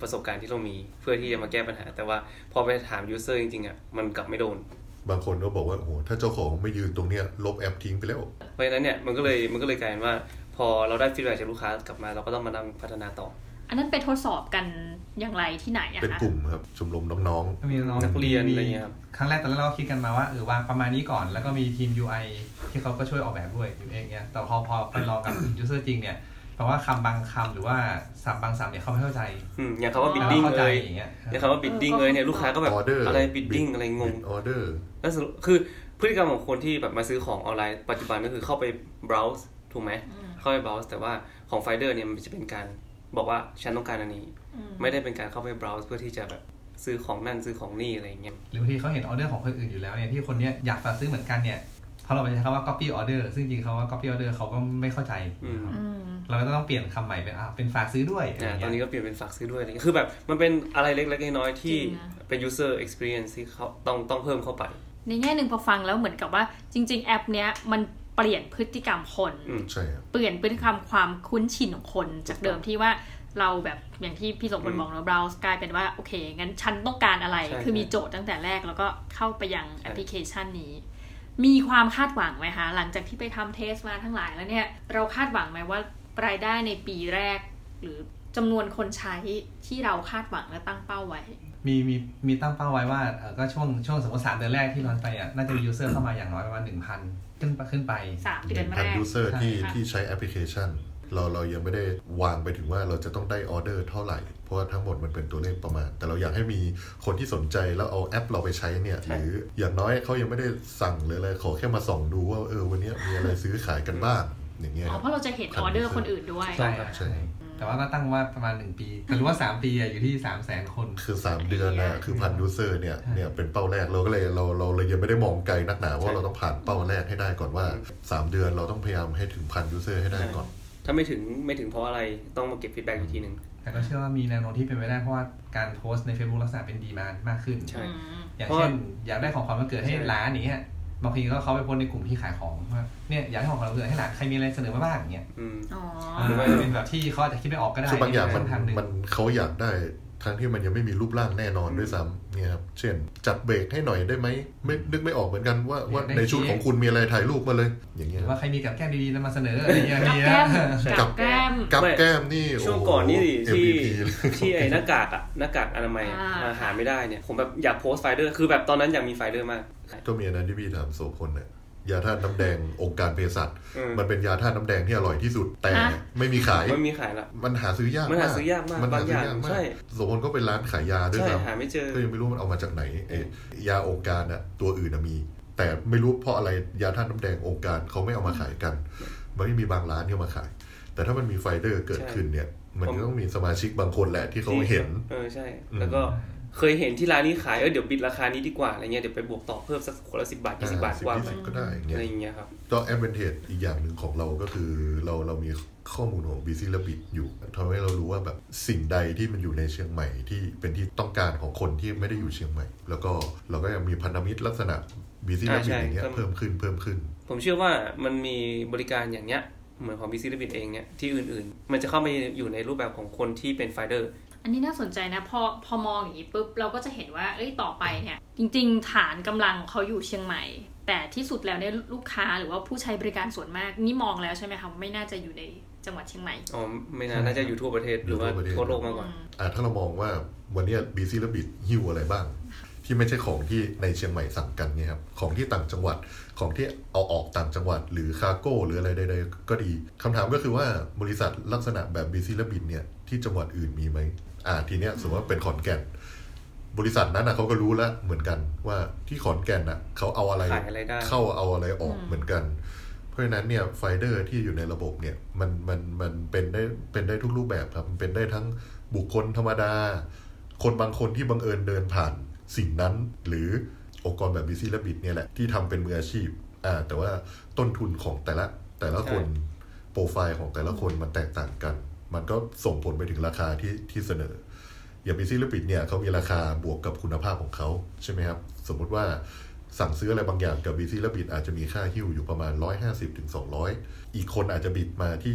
ประสบการณ์ที่เรามีเพื่อที่จะมาแก้ปัญหาแต่ว่าพอไปถามยูเซอร์จริงๆอ่ะมันกลับไม่โดนบางคนก็บอกว่าโอ้โหถ้าเจ้าของไม่ยืนตรงเนี้ยลบแอปทิ้งไปแล้วเพราะฉะนั้นเนี่ยมันก็เลยมันก็เลยกลายเป็นว่าพอเราได้ฟีดแบ็กจากลูกค้ากลับมาเราก็ต้องมานั่งพัฒนาต่ออันนั้นไปทดสอบกันอย่างไรที่ไหนอะคะเป็นกลุ่มครับชมรมน้องๆมีน้องนักเรียนอะไรเงี้ยครับครั้งแรกตอนแรกเราคิดกันมาว่าเออวางประมาณนี้ก่อนแล้วก็มีทีม ยู ไอ ที่เขาก็ช่วยออกแบบด้วยอยู่เองเงี้ยแต่พอพอไปลองกับ ยูเซอร์ จริงเนี่ยเพราะว่าคำบางคำหรือว่าศัพท์บางศัพท์เนี่ยเขาไม่เข้าใจอย่างคำว่า bidding เลยอย่างคำว่า bidding เลยเนี่ยลูกค้าก็แบบอะไร bidding อะไรงง order แล้วคือพฤติกรรมของคนที่แบบมาซื้อของออนไลน์ปัจจุบันก็คือเข้าไป browse ถูกไหมเข้าไป browse แต่ว่าของ Finder เนี่ยมันจะเป็นการบอกว่าฉันต้องการอันนี้ไม่ได้เป็นการเข้าไป browse เพื่อที่จะแบบซื้อของนั่นซื้อของนี่อะไรเงี้ยหรือบางทีเขาเห็นออเดอร์ของคนอื่นอยู่แล้วเนี่ยที่คนเนี้ยอยากจะซื้อเหมือนกันเนี่ยเพราะเราไปใช้คำว่า copy order ซึ่งจริงเขาว่า copy order เขาก็ไม่เข้าใจเราก็ต้องเปลี่ยนคำใหม่เป็นอ่ะเป็นฝากซื้อด้วยตอนนี้ก็เปลี่ยนเป็นฝากซื้อด้วยคือแบบมันเป็นอะไรเล็กๆน้อยๆที่เป็น user experience ที่เขาต้องต้องเพิ่มเข้าไปในแง่นึงพอฟังแล้วเหมือนกับว่าจริงๆแอปเนี้ยมันเปลี่ยนพฤติกรรมคนเปลี่ยนพฤติกรรมความคุ้นชินของคนจากเดิมที่ว่าเราแบบอย่างที่พี่สมพลบอกเราเบราว์กลายเป็นว่าโอเคงั้นฉันต้องการอะไรคือมีโจทย์ตั้งแต่แรกแล้วก็เข้าไปยังแอปพลิเคชันนี้มีความคาดหวังไหมคะหลังจากที่ไปทำเทสมาทั้งหลายแล้วเนี่ยเราคาดหวังไหมว่ารายได้ในปีแรกหรือจำนวนคนใช้ที่เราคาดหวังและตั้งเป้าไว้มีมีมีตั้งเป้าไว้ว่าเออก็ช่วงช่วงสมมติสามเดือนแรกที่รันไปอ่ะน่าจะมียูเซอร์เข้ามาอย่างน้อยประมาณ หนึ่งพัน ขึ้นขึ้นไปสามเดือนแรกยูเซอร์ที่ที่ใช้แอปพลิเคชันเราเรายังไม่ได้วางไปถึงว่าเราจะต้องได้ออเดอร์เท่าไหร่เพราะว่าทั้งหมดมันเป็นตัวเลขประมาณแต่เราอยากให้มีคนที่สนใจแล้วเอาแอปเราไปใช้เนี่ยหรืออย่างน้อยเขายังไม่ได้สั่งเลยเลยขอแค่มาส่องดูว่าเออวันนี้มีอะไรซื้อขายกันบ้างอย่างเงี้ยอ๋อเพราะเราจะเห็นออเดอร์คนอื่นด้วยใช่ครับใช่แต่ว่าก็ตั้งว่าประมาณหนึ่งปีแต่รู้ว่าสามปีอยู่ที่ สามแสน คนคือสามเดือนนะคือพันยูเซอร์เนี่ยเนี่ยเป็นเป้าแรกเราก็เลยเราเราเลยยังไม่ได้มองไกลนักหนาว่าเราต้องผ่านเป้าแรกให้ได้ก่อนว่าสามเดือนเราต้องพยายามให้ถึงพันยูเซอร์ให้ได้ก่อนถ้าไม่ถึงไม่ถึงเพราะอะไรต้องมาเก็บฟีดแบ็กอีกทีนึงแต่ก็เชื่อว่ามีแนวโน้มที่เป็นไปได้เพราะว่าการโพสต์ใน Facebook ลักษณะเป็นดีมานด์มากขึ้นอย่างเช่นอยากได้ของขวัญวันเกิดให้ร้านอย่างเงี้ยบางทีก็เขาไปโพสในกลุ่มที่ขายของว่าเนี่ยอยากได้ของขวัญวันเกิดให้ร้านใครมีอะไรเสนอมาบ้างอย่างเงี้ยอ๋อหรือว่าเป็นแบบที่เขาจะคิดไม่ออกก็ได้คือบางอย่างมันมันเขาอยากได้ทั้งที่มันยังไม่มีรูปร่างแน่นอนด้วยซ้ำเนี่ยครับเช่นจัดเบรกให้หน่อยได้ไหมไม่นึกไม่ออกเหมือนกันว่าว่าในชุดของคุณมีอะไรถ่ายรูปมาเลยอย่างเงี้ยว่าใครมีกับแก้มดีๆแล้วมาเสนออะไรอย่างเงี้ยกับแก้มกับแก้มนี่ช่วงก่อนนี่ที่ที่ไอ้หน้ากากอะหน้ากากอนามัยหาไม่ได้เนี่ยผมแบบอยากโพสต์ไฟเดอร์คือแบบตอนนั้นอยากมีไฟเดอร์มากก็มีอันนั้นที่พี่ถามโสพลเนี่ยยาธาตุน้ำแดงองค์การเภสัชมันเป็นยาธาตุน้ำแดงที่อร่อยที่สุดแต่ไม่มีขายไม่มีขายละมันหาซื้อยากมันหาซื้อยากมากมันหาซื้อยากมากโสพลก็เป็นร้านขายยาด้วยซ้ำหาไม่เจอก็ยังไม่รู้มันเอามาจากไหนเอยยาองค์การอะตัวอื่นมี แต่ไม่รู้เพราะอะไรยาธาตุน้ำแดงองค์การเขาไม่เอามาขายกันมันไม่มีบางร้านที่เอามาขายแต่ถ้ามันมีไฟเดอร์เกิดขึ้นเนี่ยมันก็ต้องมีสมาชิกบางคนแหละที่เขาเห็นเออใช่แล้วก็เคยเห็นที่ร้านนี้ขายเออเดี๋ยวปิดราคานี้ดีกว่าอะไรเงี้ยเดี๋ยวไปบวกต่อเพิ่มสักคนละสิบบาทยี่สิบบาทกว่าก็ได้อะไรอย่างเงี้ยครับก็แอดเวนเทจอีกอย่างหนึ่งของเราก็คือเราเรามีข้อมูลของ Busy Rabbit อยู่ทำให้เรารู้ว่าแบบสิ่งใดที่มันอยู่ในเชียงใหม่ที่เป็นที่ต้องการของคนที่ไม่ได้อยู่เชียงใหม่แล้วก็เราก็ยังมีพันธมิตรลักษณะ Busy Rabbit อย่างเงี้ยเพิ่มขึ้นเพิ่มขึ้นผมเชื่อว่ามันมีบริการอย่างเงี้ยเหมือนของ Busy Rabbit เองเนี่ยที่อื่นๆมันจะเข้ามาอยู่ในรูปแบบของคนที่เป็นไฟเดอร์อันนี้น่าสนใจนะพอพอมองอย่างนี้ปุ๊บเราก็จะเห็นว่าเอ้ยต่อไปเนี่ยจริงๆฐานกำลังเขาอยู่เชียงใหม่แต่ที่สุดแล้วเนี่ยลูกค้าหรือว่าผู้ใช้บริการส่วนมากนี่มองแล้วใช่ไหมคะไม่น่าจะอยู่ในจังหวัดเชียงใหม่อ๋อไม่น่าน่าจะอยู่ทั่วประเทศหรือว่าทั่วโลกมากกว่าอ่าถ้าเรามองว่าวันนี้ Busy Rabbit หิ้วอะไรบ้างที่ไม่ใช่ของที่ในเชียงใหม่สั่งกันเนี่ยครับของที่ต่างจังหวัดของที่เอาออกต่างจังหวัดหรือคาร์โก้หรืออะไรใดๆก็ดีคำถามก็คือว่าบริษัทลักษณะแบบ Busy Rabbit เนี่ยที่จังหวัดอื่นมีไหมอ่าทีเนี้ยสมมติว่าเป็นขอนแก่นบริษัทนั้นนะเขาก็รู้แล้วเหมือนกันว่าที่ขอนแก่นน่ะเขาเอาอะไรเข้าเอาอะไรออกเหมือนกันเพราะฉะนั้นเนี่ยไฟเดอร์ที่อยู่ในระบบเนี่ยมันมันมันเป็นได้เป็นได้ทุกรูปแบบครับมันเป็นได้ทั้งบุคคลธรรมดาคนบางคนที่บังเอิญเดินผ่านสิ่งนั้นหรือองค์กรแบบ Busy Rabbit เนี่ยแหละที่ทำเป็นมืออาชีพอ่าแต่ว่าต้นทุนของแต่ละแต่ละคนโปรไฟล์ของแต่ละคนมันแตกต่างกันมันก็ส่งผลไปถึงราคาที่ที่เสนออย่าง Busy Rabbit เนี่ยเขามีราคาบวกกับคุณภาพของเขาใช่ไหมครับสมมุติว่าสั่งซื้ออะไรบางอย่างกับ Busy Rabbit อาจจะมีค่าหิ้วอยู่ประมาณหนึ่งร้อยห้าสิบถึงสองร้อยอีกคนอาจจะบิดมาที่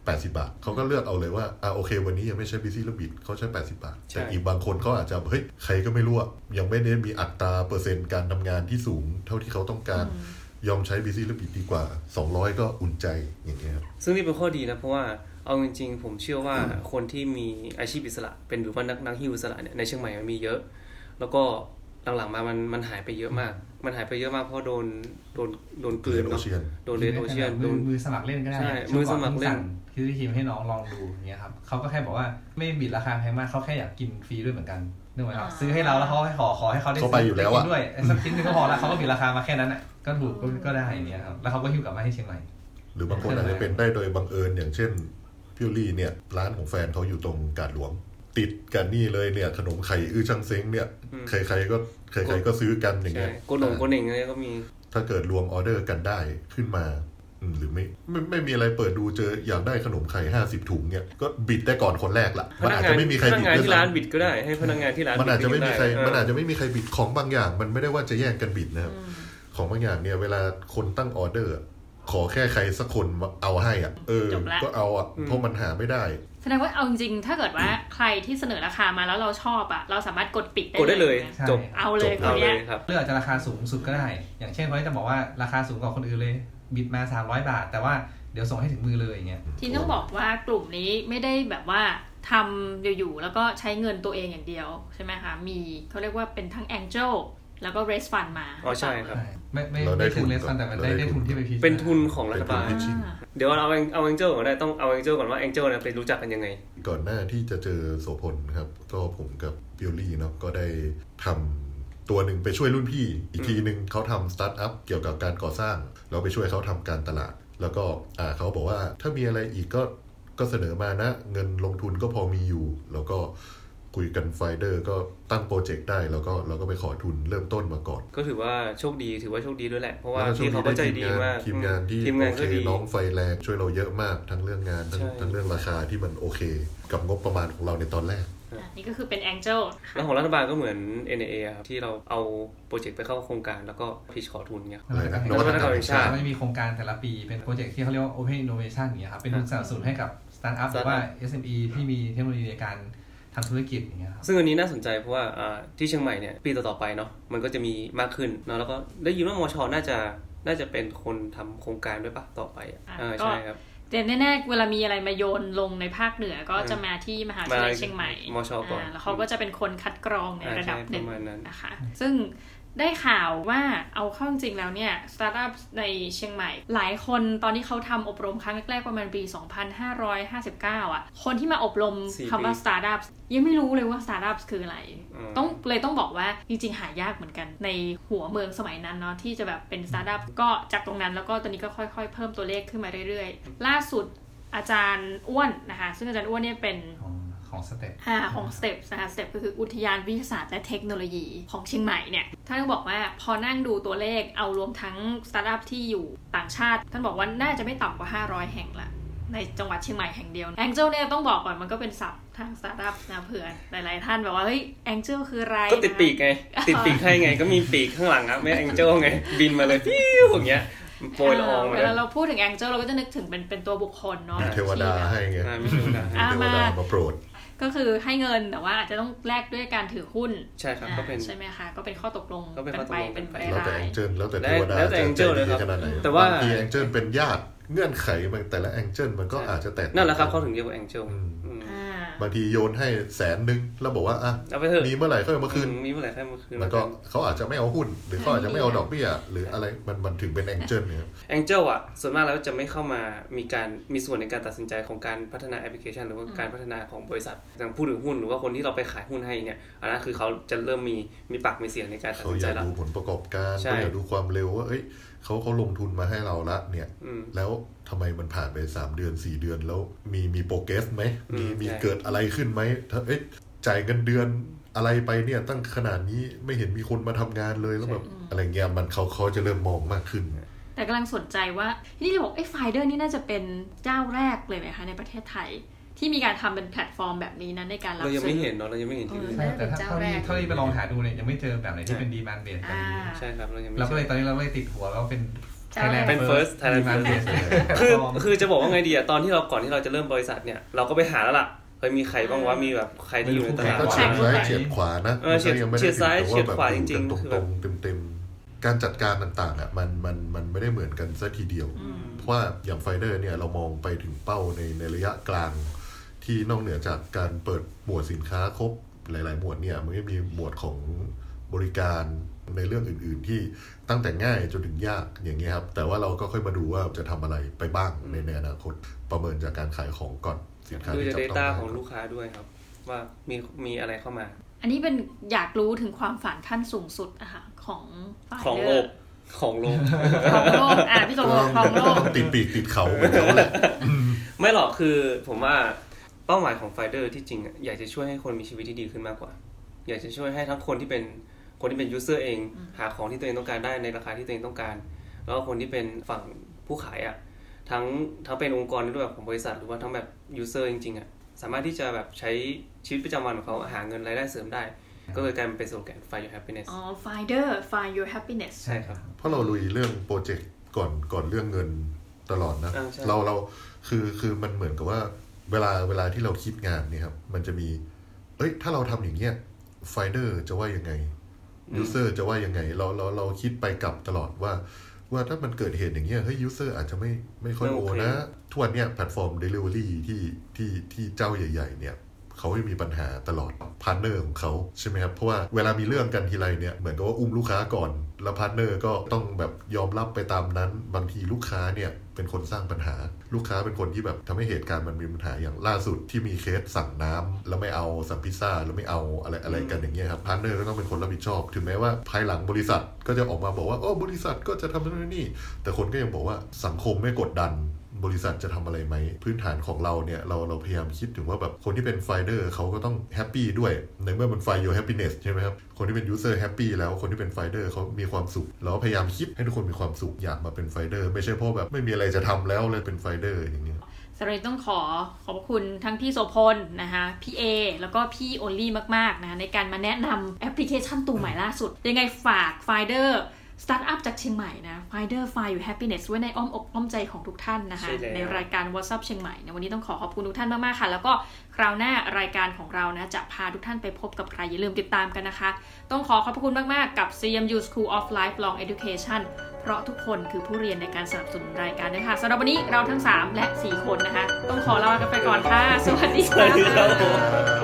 แปดสิบบาทเขาก็เลือกเอาเลยว่าอ่าโอเควันนี้ยังไม่ใช้ Busy Rabbit เขาใช้แปดสิบบาทแต่อีกบางคนเขาอาจจะเฮ้ยใครก็ไม่รู้ยังไม่ได้มีอัตราเปอร์เซ็นต์การทำงานที่สูงเท่าที่เขาต้องการยอมใช้ Busy Rabbit ดีกว่าสองร้อยก็อุ่นใจอย่างเงี้ยครับซึ่งนี่เป็นข้อดีนะเพราะว่าเอาจริงๆผมเชื่อว่าคนที่มีอาชีพอิสระเป็นหรือว่านักนักฮิวอิสระเนี่ยในเชียงใหม่มันมีเยอะแล้วก็หลังๆมามันมันหายไปเยอะมากมันหายไปเยอะมากเพราะโดนโดนโดนกลืนเนาะโดนเรดโอเชียนโดนมือสมัครเล่นก็ได้ใช่มือสมัครเล่นคือทีมให้น้องลองดูอย่างเงี้ยครับเขาก็แค่บอกว่าไม่บิดราคาแพงมากเขาแค่อยากกินฟรีด้วยเหมือนกันนึกไหมครับซื้อให้เราแล้วเขาให้ขอขอให้เขาได้ซื้อไปกินด้วยสักชิ้นนึงก็พอแล้วเขาก็บิดราคามาแค่นั้นน่ะก็ถูกก็ได้อย่างเงี้ยครับแล้วเขาก็หิ้วกลับมาให้เชียงใหม่หรือบางคนอาจจะเป็นได้โดยบังเอิญอย่างเช่นพี่ลี่เนี่ยร้านของแฟนเขาอยู่ตรงกาดหลวงติดกันนี่เลยเนี่ยขนมไข่อื้อช่างเซ้งเนี่ยใครๆก็ใครๆก็ซื้อกันอย่างเงี้ยโกหนงโกหน่งอะไรก็มีถ้าเกิดรวมออเดอร์กันได้ขึ้นมาหรือไม่ไม่ไม่มีอะไรเปิดดูเจออยากได้ขนมไข่ห้าสิบถุงเนี่ยก็บิดได้ก่อนคนแรกละมันอาจจะไม่มีใครบิดที่ร้านบิดก็ได้ให้พนักงานที่ร้านมันอาจจะไม่มีใครมันอาจจะไม่มีใครบิดของบางอย่างมันไม่ได้ว่าจะแย่งกันบิดนะครับของบางอย่างเนี่ยเวลาคนตั้งออเดอร์ขอแค่ใครสักคนเอาให้อ่ะเออก็เอาอ่ะเพราะมันหาไม่ได้แสดงว่าเอาจริงๆถ้าเกิดว่าใครที่เสนอราคามาแล้วเราชอบอ่ะเราสามารถกดปิดได้กดได้เลยจบเอาเลยคนเนี้ยเลือกจะราคาสูงสุดก็ได้อย่างเช่นเขาจะบอกว่าราคาสูงกว่าคนอื่นเลยบิดมาสามร้อยบาทแต่ว่าเดี๋ยวส่งให้ถึงมือเลยอย่างเงี้ยที่ต้องบอกว่ากลุ่มนี้ไม่ได้แบบว่าทำอยู่ๆแล้วก็ใช้เงินตัวเองอย่างเดียวใช่ไหมคะมีเขาเรียกว่าเป็นทั้ง Angel แล้วก็ raise fund มาอ๋อใช่ครับไม่ไม่ได้ทุน raise fund แต่มันได้ได้ทุนที่ไปพิชเป็นทุนของรัฐบาลเดี๋ยวเราเอาเอา Angel ก่อนได้ต้องเอา Angel ก่อนว่า Angel เนี่ยไปรู้จักกันยังไงก่อนหน้าที่จะเจอโสพลครับก็ผมกับบิลลี่เนาะก็ได้ทำตัวหนึ่งไปช่วยรุ่นพี่อีกทีนึงเขาทำสตาร์ทอัพเกี่ยวกับการก่อสร้างเราไปช่วยเขาทำการตลาดแล้วก็อ่าเขาบอกว่าถ้ามีอะไรอีกก็ก็เสนอมานะเงินลงทุนก็พอมีอยู่แล้วก็คุยกันไฟเดอร์ก็ตั้งโปรเจกต์ได้แล้วก็เราก็ไปขอทุนเริ่มต้นมาก่อนก็ถือว่าโชคดีถือว่าโชคดีด้วยแหละเพราะว่าที่เขาก็ใจดีมากทีมงานที่โอเคน้องไฟแรงช่วยเราเยอะมากทั้งเรื่องงานทั้งทั้งเรื่องราคาที่มันโอเคกับงบประมาณของเราในตอนแรกนี่ก็คือเป็น Angel แล้วของรัฐบาลก็เหมือน เอ็น เอ เอ ครับที่เราเอาโปรเจกต์ไปเข้าโครงการแล้วก็พิชขอทุนเงี้ยอะไรนะนวัตกรรมแห่งชาติไม่มีโครงการแต่ละปีเป็นโปรเจกต์ที่เขาเรียกว่า Open Innovation อย่างเงี้ยครับเป็นทุนสนับสนุนให้กับสตาร์ทอัพหรือว่า เอส เอ็ม อี ที่มีเทคโนโลยีในการทำธุรกิจอย่างเงี้ยครับซึ่งอันนี้น่าสนใจเพราะว่าที่เชียงใหม่เนี่ยปีต่อๆไปเนาะมันก็จะมีมากขึ้นเนาะแล้วก็ได้ยินว่ามช.น่าจะน่าจะเป็นคนทำโครงการด้วยปะต่อไปอ่าใช่ครับแต่แน่ๆเวลามีอะไรมาโยนลงในภาคเหนือก็จะมาที่มหาวิทยาลัยเชียงใหม่มช.ก่อนแล้วเขาก็จะเป็นคนคัดกรองในระดับหนึ่งนะคะซึ่งได้ข่าวว่าเอาเข้าจริงแล้วเนี่ยสตาร์ทอัพในเชียงใหม่หลายคนตอนที่เขาทำอบรมครั้งแรกๆประมาณปีสองพันห้าร้อยห้าสิบเก้าอ่ะคนที่มาอบรมคำว่าสตาร์ทอัพยังไม่รู้เลยว่าสตาร์ทอัพคืออะไรต้องเลยต้องบอกว่าจริงๆหายากเหมือนกันในหัวเมืองสมัยนั้นเนาะที่จะแบบเป็นสตาร์ทอัพก็จากตรงนั้นแล้วก็ตอนนี้ก็ค่อยๆเพิ่มตัวเลขขึ้นมาเรื่อยๆล่าสุดอาจารย์อ้วนนะคะซึ่งอาจารย์อ้วนเนี่ยเป็นของสเต็ปอ่าของสเต็ปนะคะสเต็ปก็คืออุทยานวิทยาศาสตร์และเทคโนโลยีของเชียงใหม่เนี่ยท่านก็บอกว่าพอนั่งดูตัวเลขเอารวมทั้งสตาร์ทอัพที่อยู่ต่างชาติท่านบอกว่าน่าจะไม่ต่ำกว่าห้าร้อยแห่งละในจังหวัดเชียงใหม่แห่งเดียว Angel เนี่ยต้องบอกก่อนมันก็เป็นศัพท์ทางสตาร์ทอัพนะเผื่อหลายๆท่านแบบว่าเฮ้ย Angel คืออะไรก็ติดปีกไงติดปีกให้ไงก็มีปีกข้างหลังครับไม่ Angel ไงบินมาเลยฟิวอย่างเงี้ยโปรยละอองเวลาเราพูดถึง Angel เราก็จะนึกถึงเป็นเป็นตัวบุคคลเนาะเทวดาให้ไงมีเทวดาเทวดามาโปรดก็คือให้เงินแต่ว่าอาจจะต้องแลกด้วยการถือหุ้นใช่ครับก็เป็นใช่ไหมคะก็เป็นข้อตกลงเป็นไปเป็นไปแล้วแต่แองเจิลแล้วแต่เทวดาจะใจดีขนาดไหนแต่ว่าบางทีแองเจิลเป็นญาติเงื่อนไขมันแต่ละแองเจิลมันก็อาจจะแตกนั่นแหละครับเขาถึงเรียกว่าแองเจิลบางทีโยนให้แสนนึงแล้วบอกว่าอ่ะมีเมื่อไหร่ค่อยมาคืนมีเมื่อไหร่ค่อยมาคืนแล้วก็เขาอาจจะไม่เอาหุ้นหรือเขาอาจจะไม่เอาดอกเบี้ยหรืออะไรมันมันถึงเป็นแองเจิลเนี่ยแองเจิลอ่ะส่วนมากแล้วจะไม่เข้ามามีการมีส่วนในการตัดสินใจของการพัฒนาแอปพลิเคชันหรือว่าการพัฒนาของบริษัทอย่างผู้ถือหุ้นหรือว่าคนที่เราไปขายหุ้นให้เนี่ยอันนั้นคือเขาจะเริ่มมีมีปากมีเสียงในการตัดสินใจแล้วเขาอยากดูผลประกอบการเขาอยากดูความเร็วว่าเอ้ยเขาเขาลงทุนมาให้เราละเนี่ยแล้วทำไมมันผ่านไปสามเดือนสี่เดือนแล้วมีมีโปรเกรสไหมมีมีเกิดอะไรขึ้นไหมถ้าเอ๊ะจ่ายเงินเดือนอะไรไปเนี่ยตั้งขนาดนี้ไม่เห็นมีคนมาทำงานเลยแล้วแบบอะไรเงี้ยมันเขาเขาจะเริ่มมองมากขึ้นแต่กำลังสนใจว่าที่เราบอกไอ้ไฟเดอร์นี่น่าจะเป็นเจ้าแรกเลยไหมคะในประเทศไทยที่มีการทำเป็นแพลตฟอร์มแบบนี้นะในการรับซื้อเรายังไม่เห็นเนาะเรายังไม่เห็นที่อื่นแต่ถ้าเท่าที่เท่าที่ไปลองหาดูเนี่ยยังไม่เจอแบบไหนที่เป็นดีมานด์เบสแบบนี้ใช่ครับเรายังไม่เราก็เลยตอนนี้เราเลยติดหัวแล้วเป็น Thailand เป็น first Thailand first คือคือจะบอกว่าไงดีอะตอนที่เราก่อนที่เราจะเริ่มบริษัทเนี่ยเราก็ไปหาแล้วล่ะเฮ้ยมีใครบ้างวะมีแบบใครที่อยู่ในตลาดก็เฉียดซ้ายเฉียดขวานะเออเฉียดเฉียดซ้ายเฉียดขวาจริงๆตรงๆเต็มๆการจัดการต่างๆอ่ะมันมันมันไม่ได้เหมือนกันซะทีเดียวเพราะว่าอย่างไฟเดอร์เนี่ยเรามองไปถึงเป้าในในระยะกลางที่นอกเหนือจากการเปิดหมวดสินค้าครบหลายๆหมวดเนี่ยมันก็มีหมวดของบริการในเรื่องอื่นๆที่ตั้งแต่ง่ายจนถึงยากอย่างเงี้ยครับแต่ว่าเราก็ค่อยมาดูว่าจะทำอะไรไปบ้างในในอนาคตประเมินจากการขายของก่อนสินค้าที่จับต้องได้ดูจาก data ของลูกค้าด้วยครับว่ามีมีอะไรเข้ามาอันนี้เป็นอยากรู้ถึงความฝันขั้นสูงสุดอะค่ะของของโลกของโลกของโลกอ่ะพี่โจของโลกติดปีกติดเขาเหมือนกันแหละไม่หรอกคือผมว่าเป้าหมายของไฟเดอร์ที่จริงอยากจะช่วยให้คนมีชีวิตที่ดีขึ้นมากกว่าอยากจะช่วยให้ทั้งคนที่เป็นคนที่เป็นยูเซอร์เองหาของที่ตัวเองต้องการได้ในราคาที่ตัวเองต้องการแล้วก็คนที่เป็นฝั่งผู้ขายอ่ะทั้งทั้งเป็นองค์กรด้วยแบบของบริษัทหรือว่าทั้งแบบยูเซอร์จริงๆอ่ะสามารถที่จะแบบใช้ชีวิตประจำวันของเขาหาเงินรายได้เสริมได้ก็เลยกลายเป็นสโลแกน Find Your Happiness อ๋อ Finder Find Your Happiness ใช่ครับเพราะเราลุยเรื่องโปรเจกต์ก่อนก่อนเรื่องเงินตลอดนะเราเราคือคือมันเหมือนกับว่าเวลาเวลาที่เราคิดงานเนี่ยครับมันจะมีเอ้ยถ้าเราทำอย่างเงี้ย Finder จะว่ายังไง User จะว่ายังไงเราเราเราคิดไปกลับตลอดว่าว่าถ้ามันเกิดเหตุอย่างเงี้ยเฮ้ย User อาจจะไม่ไม่ค่อยโอนะทุกวันเนี้ยแพลตฟอร์ม Delivery ที่ที่ที่เจ้าใหญ่ๆเนี่ยเขาไม่มีปัญหาตลอดพาร์ทเนอร์ของเขาใช่ไหมครับเพราะว่าเวลามีเรื่องกันทีไรเนี่ยเหมือนกับว่าอุ้มลูกค้าก่อนแล้วพาร์ทเนอร์ก็ต้องแบบยอมรับไปตามนั้นบางทีลูกค้าเนี่ยเป็นคนสร้างปัญหาลูกค้าเป็นคนที่แบบทำให้เหตุการณ์มันมีปัญหาอย่างล่าสุดที่มีเคสสั่งน้ำแล้วไม่เอาสั่งพิซซ่าแล้วไม่เอาอะไรอะไรกันอย่างเงี้ยครับพาร์ทเนอร์ก็ต้องเป็นคนรับผิดชอบถึงแม้ว่าภายหลังบริษัทก็จะออกมาบอกว่าโอ้บริษัทก็จะทำนั่นนี่แต่คนก็ยังบอกว่าสังคมไม่กดดันบริษัทจะทำอะไรไหมพื้นฐานของเราเนี่ยเราเราพยายามคิดถึงว่าแบบคนที่เป็นไฟเดอร์เขาก็ต้องแฮปปี้ด้วยในเมื่อมันไฟอยู่แฮปปี้เนสใช่ไหมครับคนที่เป็นยูเซอร์แฮปปี้แล้วคนที่เป็นไฟเดอร์เขามีความสุขเราพยายามคิดให้ทุกคนมีความสุขอยากมาเป็นไฟเดอร์ไม่ใช่เพราะแบบไม่มีอะไรจะทำแล้วเลยเป็นไฟเดอร์อย่างเงี้ยสำหรับต้องขอขอบคุณทั้งพี่โสพลนะคะพี่เอแล้วก็พี่โอลลี่มากๆนะในการมาแนะนำแอปพลิเคชันตัวใหม่ล่าสุดยังไงฝากไฟเดอร์สตาร์ทอัพจากเชียงใหม่นะ Finder Find Your Happiness ไว้ในอ้อมอกอ้อมใจของทุกท่านนะคะในรายการ What's Up เชียงใหม่ในวันนี้ต้องขอขอบคุณทุกท่านมากๆค่ะแล้วก็คราวหน้ารายการของเรานะจะพาทุกท่านไปพบกับใครอย่าลืมติดตามกันนะคะต้องขอขอบคุณมากๆกับ ซี เอ็ม ยู School of Lifelong Education เพราะทุกคนคือผู้เรียนในการสนับสนุนรายการด้วยค่ะสำหรับวันนี้เราทั้งสามและสี่คนนะคะต้องขอลากันไปก่อนค่ะสวัสดีค่ะ